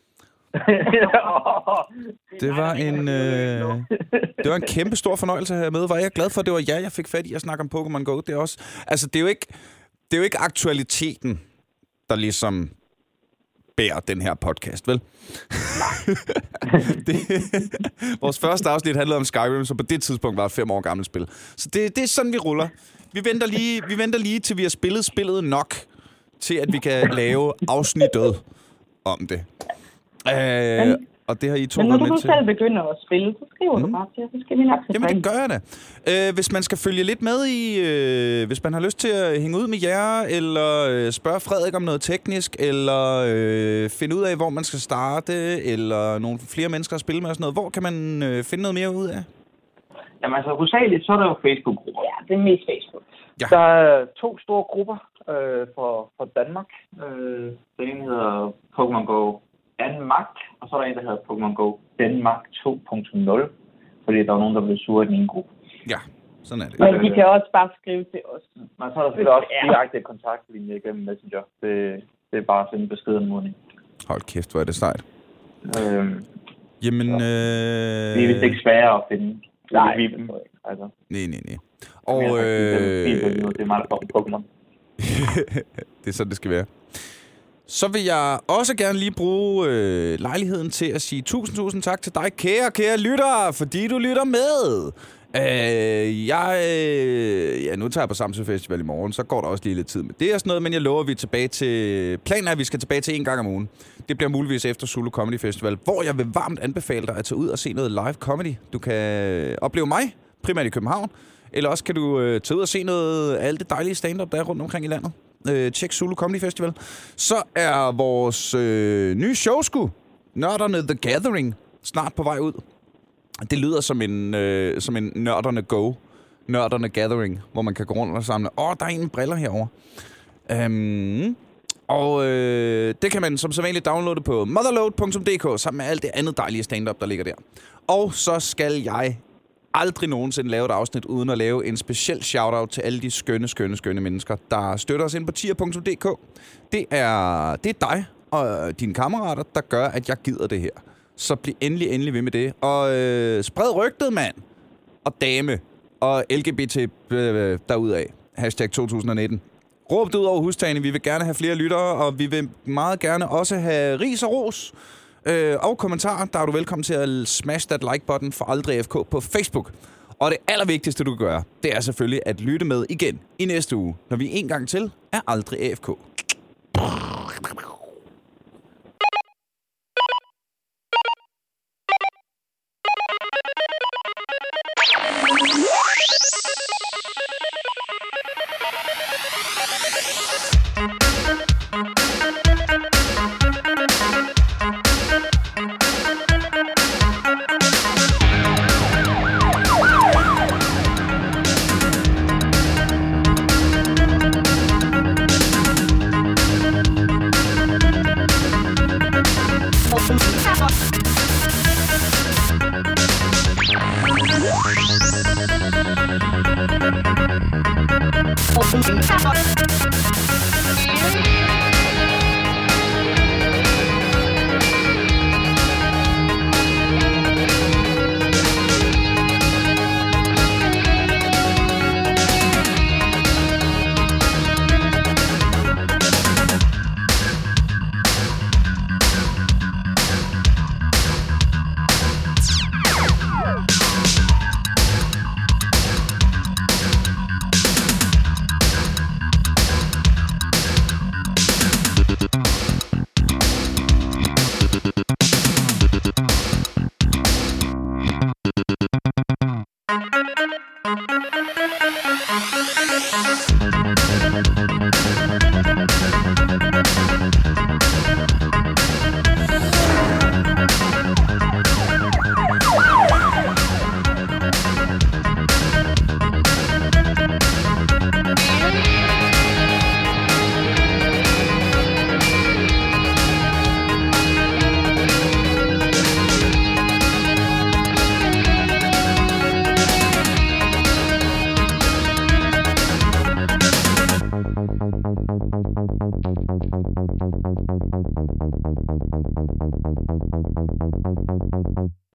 Det var en kæmpe stor fornøjelse at have med. Var jeg glad for, at det var jer, jeg fik fat i at snakke om Pokémon Go. Det er også, altså det er jo ikke aktualiteten, der ligesom bærer den her podcast, vel? Vores første afsnit handlede om Skyrim, så på det tidspunkt var et 5 år gammelt spil. Så det er sådan, vi ruller. Vi venter lige, til vi har spillet spillet nok, til at vi kan lave afsnittet om det. Og det har I to været med til. Men når du selv begynder at spille, så skriver du bare til, så skal vi nok til. Jamen, det gør jeg da. Hvis man skal følge lidt med i, hvis man har lyst til at hænge ud med jer, eller spørge Frederik om noget teknisk, eller finde ud af, hvor man skal starte, eller nogle flere mennesker at spille med og sådan noget, hvor kan man finde noget mere ud af? Jamen altså, hovedsageligt, så er der jo Facebook-grupper. Ja, det er mest Facebook. Ja. Der er 2 store grupper for Danmark. Den ene hedder Pokémon Go Danmark, og så er der en, der hedder Pokémon Go Danmark 2.0, fordi der er nogen, der bliver sure i den ene gruppe. Ja, sådan er det. Men de kan også bare skrive til os. Men så er der selvfølgelig også direkte kontaktlinje gennem Messenger. Det er bare at sende beskedanmodning. Hold kæft, hvor er det sejt. Jamen, vi er vist ikke svære at finde. Nej, altså. Nej. Og det er meget for Pokémon. Det er sådan, det skal være. Så vil jeg også gerne lige bruge lejligheden til at sige tusind tak til dig, kære lytter, fordi du lytter med. Nu tager jeg på Samsø Festival i morgen, så går der også lige lidt tid med det og sådan noget, men jeg lover, at vi er tilbage til... Planen er, at vi skal tilbage til 1 gang om ugen. Det bliver muligvis efter Zulu Comedy Festival, hvor jeg vil varmt anbefale dig at tage ud og se noget live comedy. Du kan opleve mig, primært i København, eller også kan du tage ud og se noget af alt det dejlige stand-up, der er rundt omkring i landet. Tjek Zulu Comedy Festival. Så er vores nye show Nørderne The Gathering snart på vej ud. Det lyder som en Nørderne Gathering, hvor man kan gå rundt og samle. Der er en med briller herovre. Det kan man som sædvanligt downloade på motherload.dk sammen med alt det andet dejlige stand-up, der ligger der. Og så skal jeg aldrig nogensinde lave et afsnit uden at lave en speciel shout-out til alle de skønne mennesker, der støtter os ind på tier.dk. Det er dig og dine kammerater, der gør, at jeg gider det her. Så bliv endelig ved med det. Og spred rygtet, mand. Og dame. Og LGBT derudad. #2019. Råb det ud over hustagene. Vi vil gerne have flere lyttere, og vi vil meget gerne også have ris og ros. og kommentarer, der er du velkommen til at smash that like-button for Aldrig AFK på Facebook. Og det allervigtigste, du kan gøre, det er selvfølgelig at lytte med igen i næste uge, når vi en gang til er Aldrig AFK. Thank you.